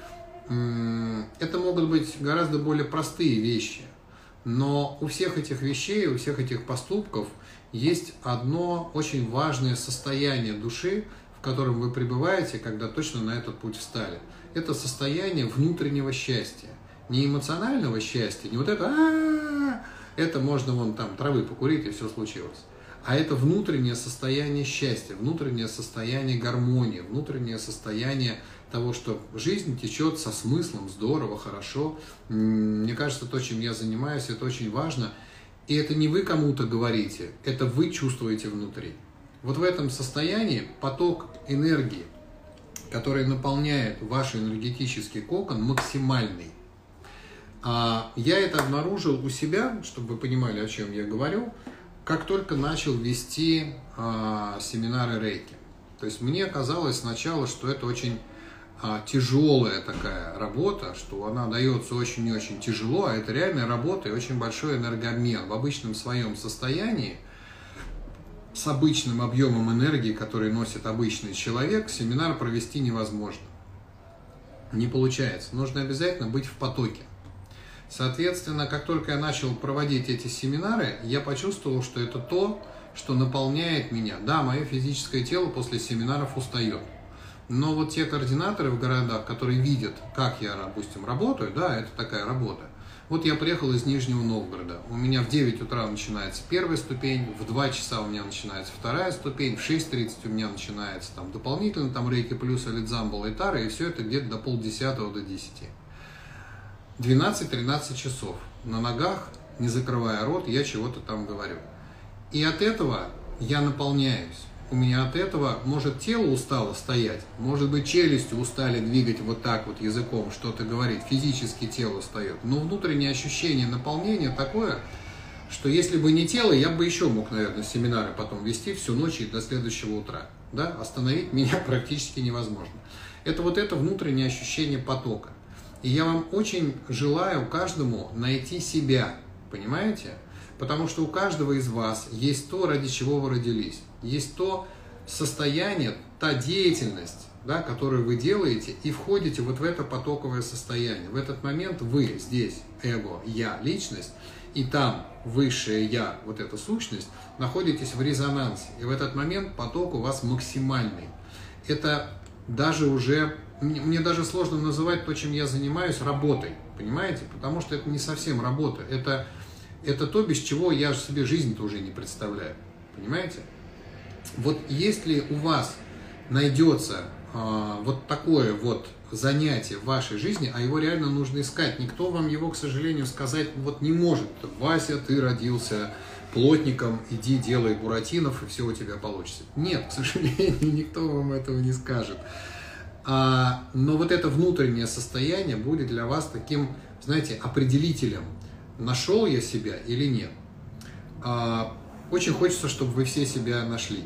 Это могут быть гораздо более простые вещи. Но у всех этих вещей, у всех этих поступков есть одно очень важное состояние души, в котором вы пребываете, когда точно на этот путь встали. Это состояние внутреннего счастья. Не эмоционального счастья, не вот это «а-а-а», это можно вон там травы покурить и все случилось. А это внутреннее состояние счастья, внутреннее состояние гармонии, внутреннее состояние того, что жизнь течет со смыслом, здорово, хорошо. Мне кажется, то, чем я занимаюсь, это очень важно. И это не вы кому-то говорите, это вы чувствуете внутри. Вот в этом состоянии поток энергии, который наполняет ваш энергетический кокон, максимальный. А я это обнаружил у себя, чтобы вы понимали, о чем я говорю, как только начал вести а, семинары рейки. То есть мне казалось сначала, что это очень а, тяжелая такая работа, что она дается очень и очень тяжело, а это реальная работа и очень большой энергообмен. В обычном своем состоянии, с обычным объемом энергии, который носит обычный человек, семинар провести невозможно. Не получается. Нужно обязательно быть в потоке. Соответственно, как только я начал проводить эти семинары, я почувствовал, что это то, что наполняет меня. Да, мое физическое тело после семинаров устает. Но вот те координаторы в городах, которые видят, как я, допустим, работаю, да, это такая работа. Вот я приехал из Нижнего Новгорода. У меня в девять утра начинается первая ступень, в два часа у меня начинается вторая ступень, в шесть тридцать у меня начинается там дополнительно там рейки плюс или дзамбал и тара, и все это где-то до полдесятого, до десяти. двенадцать-тринадцать часов на ногах, не закрывая рот, я чего-то там говорю. И от этого я наполняюсь. У меня от этого, может, тело устало стоять, может быть, челюстью устали двигать вот так вот языком, что-то говорить, физически тело устает. Но внутреннее ощущение наполнения такое, что если бы не тело, я бы еще мог, наверное, семинары потом вести всю ночь и до следующего утра. Да? Остановить меня практически невозможно. Это вот это внутреннее ощущение потока. И я вам очень желаю каждому найти себя, понимаете? Потому что у каждого из вас есть то, ради чего вы родились. Есть то состояние, та деятельность, да, которую вы делаете, и входите вот в это потоковое состояние. В этот момент вы здесь, эго, я, личность, и там высшее я, вот эта сущность, находитесь в резонансе. И в этот момент поток у вас максимальный. Это даже уже, мне даже сложно называть то, чем я занимаюсь, работой, понимаете? Потому что это не совсем работа, это, это то, без чего я себе жизнь-то уже не представляю, понимаете? Вот если у вас найдется а, вот такое вот занятие в вашей жизни, а его реально нужно искать, никто вам его, к сожалению, сказать вот не может. Вася, ты родился плотником, иди делай буратинов, и все у тебя получится. Нет, к сожалению, никто вам этого не скажет. А, но вот это внутреннее состояние будет для вас таким, знаете, определителем, нашел я себя или нет. А, очень хочется, чтобы вы все себя нашли.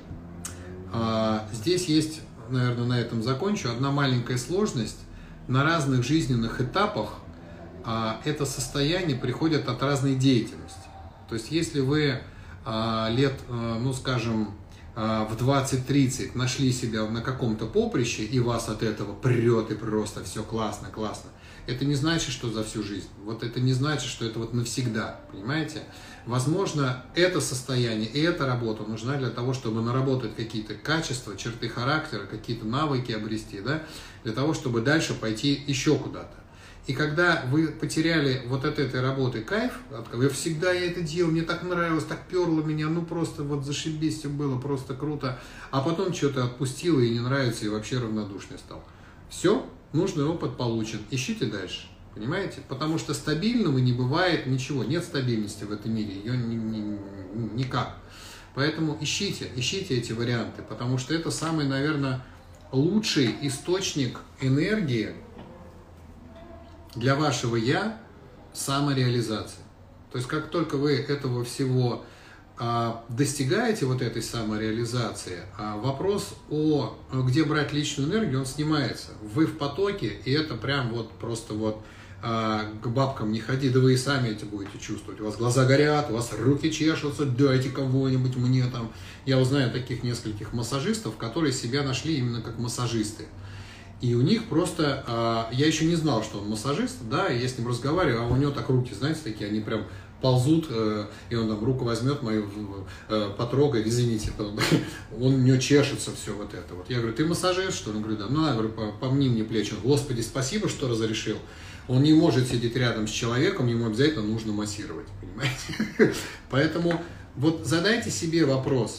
А, здесь есть, наверное, на этом закончу, одна маленькая сложность. На разных жизненных этапах а, это состояние приходит от разной деятельности. То есть, если вы а, лет, а, ну, скажем, а, в двадцать-тридцать нашли себя на каком-то поприще, и вас от этого прет, и просто все классно, классно, это не значит, что за всю жизнь. Вот это не значит, что это вот навсегда, понимаете? Возможно, это состояние и эта работа нужна для того, чтобы наработать какие-то качества, черты характера, какие-то навыки обрести, да, для того, чтобы дальше пойти еще куда-то. И когда вы потеряли вот от этой работы кайф, вы всегда я это делал, мне так нравилось, так перло меня, ну просто вот зашибись, все было просто круто, а потом что-то отпустило и не нравится, и вообще равнодушный стал. Все, нужный опыт получен, ищите дальше, понимаете? Потому что стабильного не бывает ничего, нет стабильности в этом мире, ее ни, ни, никак. Поэтому ищите, ищите эти варианты, потому что это самый, наверное, лучший источник энергии для вашего «я» самореализации. То есть, как только вы этого всего а, достигаете, вот этой самореализации, а, вопрос о где брать личную энергию, он снимается. Вы в потоке, и это прям вот просто вот а, к бабкам не ходи, да вы и сами это будете чувствовать. У вас глаза горят, у вас руки чешутся, дайте кого-нибудь мне там. Я узнаю таких нескольких массажистов, которые себя нашли именно как массажисты. И у них просто, а, я еще не знал, что он массажист, да, и я с ним разговариваю, а у него так руки, знаете, такие, они прям ползут, э, и он там руку возьмет мою, э, потрогает, извините, он, он у него чешется все вот это. Вот. Я говорю, ты массажист, что ли? Он говорит, да, ну, я говорю, помни мне плечи. Он, Господи, спасибо, что разрешил. Он не может сидеть рядом с человеком, ему обязательно нужно массировать, понимаете? Поэтому вот задайте себе вопрос.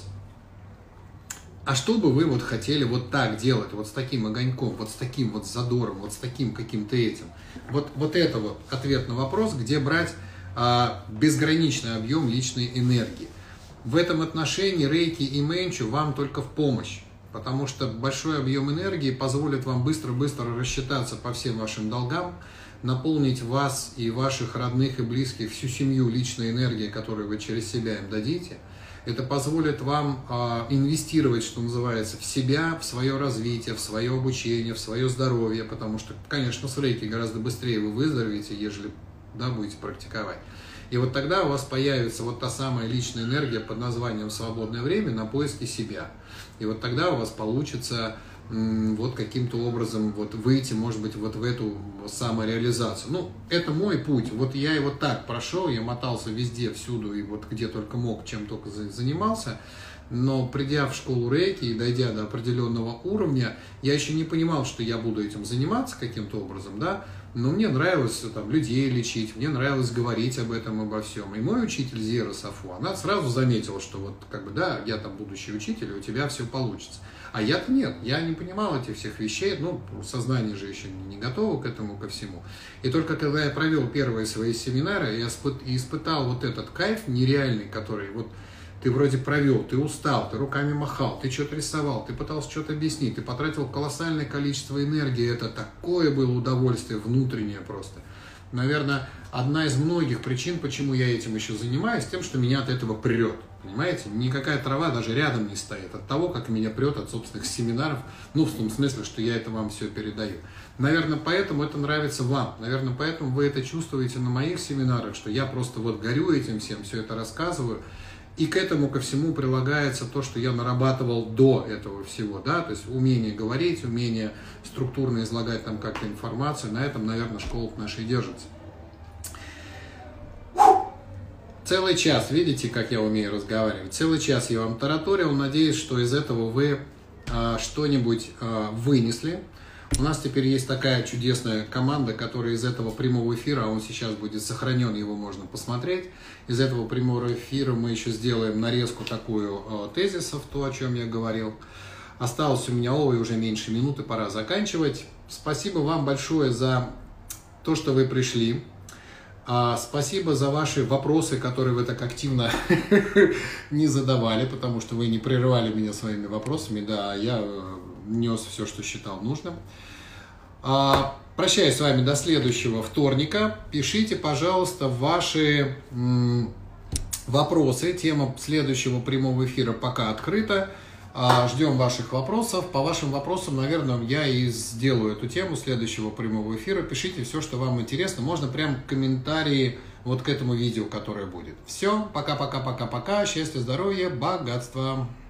А что бы вы вот хотели вот так делать, вот с таким огоньком, вот с таким вот задором, вот с таким каким-то этим? Вот, вот это вот ответ на вопрос, где брать а, безграничный объем личной энергии. В этом отношении рейки и менчу вам только в помощь, потому что большой объем энергии позволит вам быстро-быстро рассчитаться по всем вашим долгам, наполнить вас и ваших родных и близких, всю семью личной энергией, которую вы через себя им дадите. Это позволит вам а, инвестировать, что называется, в себя, в свое развитие, в свое обучение, в свое здоровье, потому что, конечно, с рейки гораздо быстрее вы выздоровеете, ежели да, будете практиковать. И вот тогда у вас появится вот та самая личная энергия под названием «свободное время» на поиски себя. И вот тогда у вас получится м, вот каким-то образом вот выйти, может быть, вот в эту самореализацию. Ну, это мой путь. Вот я его так прошел, я мотался везде, всюду, и вот где только мог, чем только занимался. Но придя в школу рейки и дойдя до определенного уровня, я еще не понимал, что я буду этим заниматься каким-то образом, да. Но мне нравилось там, людей лечить, мне нравилось говорить об этом, обо всем. И мой учитель Зира Сафу, она сразу заметила, что вот как бы да, я там будущий учитель, и у тебя все получится. А я-то нет, я не понимал этих всех вещей, ну, сознание же еще не готово к этому, ко всему. И только когда я провел первые свои семинары, я испытал вот этот кайф нереальный, который вот ты вроде провел, ты устал, ты руками махал, ты что-то рисовал, ты пытался что-то объяснить, ты потратил колоссальное количество энергии, это такое было удовольствие внутреннее просто. Наверное, одна из многих причин, почему я этим еще занимаюсь, тем, что меня от этого прет, понимаете? Никакая трава даже рядом не стоит от того, как меня прет от собственных семинаров, ну, в том смысле, что я это вам все передаю. Наверное, поэтому это нравится вам, наверное, поэтому вы это чувствуете на моих семинарах, что я просто вот горю этим всем, все это рассказываю. И к этому ко всему прилагается то, что я нарабатывал до этого всего, да, то есть умение говорить, умение структурно излагать там как-то информацию. На этом, наверное, школа наша и держится. Целый час, видите, как я умею разговаривать? Целый час я вам тараторил, надеюсь, что из этого вы а, что-нибудь а, вынесли. У нас теперь есть такая чудесная команда, которая из этого прямого эфира, а он сейчас будет сохранен, его можно посмотреть. Из этого прямого эфира мы еще сделаем нарезку такую а, тезисов, то, о чем я говорил. Осталось у меня, ой, уже меньше минуты, пора заканчивать. Спасибо вам большое за то, что вы пришли. А, спасибо за ваши вопросы, которые вы так активно не задавали, потому что вы не прерывали меня своими вопросами. Да, я нес все, что считал нужным. А, прощаюсь с вами до следующего вторника. Пишите, пожалуйста, ваши м, вопросы. Тема следующего прямого эфира пока открыта. Ждем ваших вопросов. По вашим вопросам, наверное, я и сделаю эту тему следующего прямого эфира. Пишите все, что вам интересно. Можно прям комментарии вот к этому видео, которое будет. Все. Пока-пока-пока-пока. Счастья, здоровья, богатства.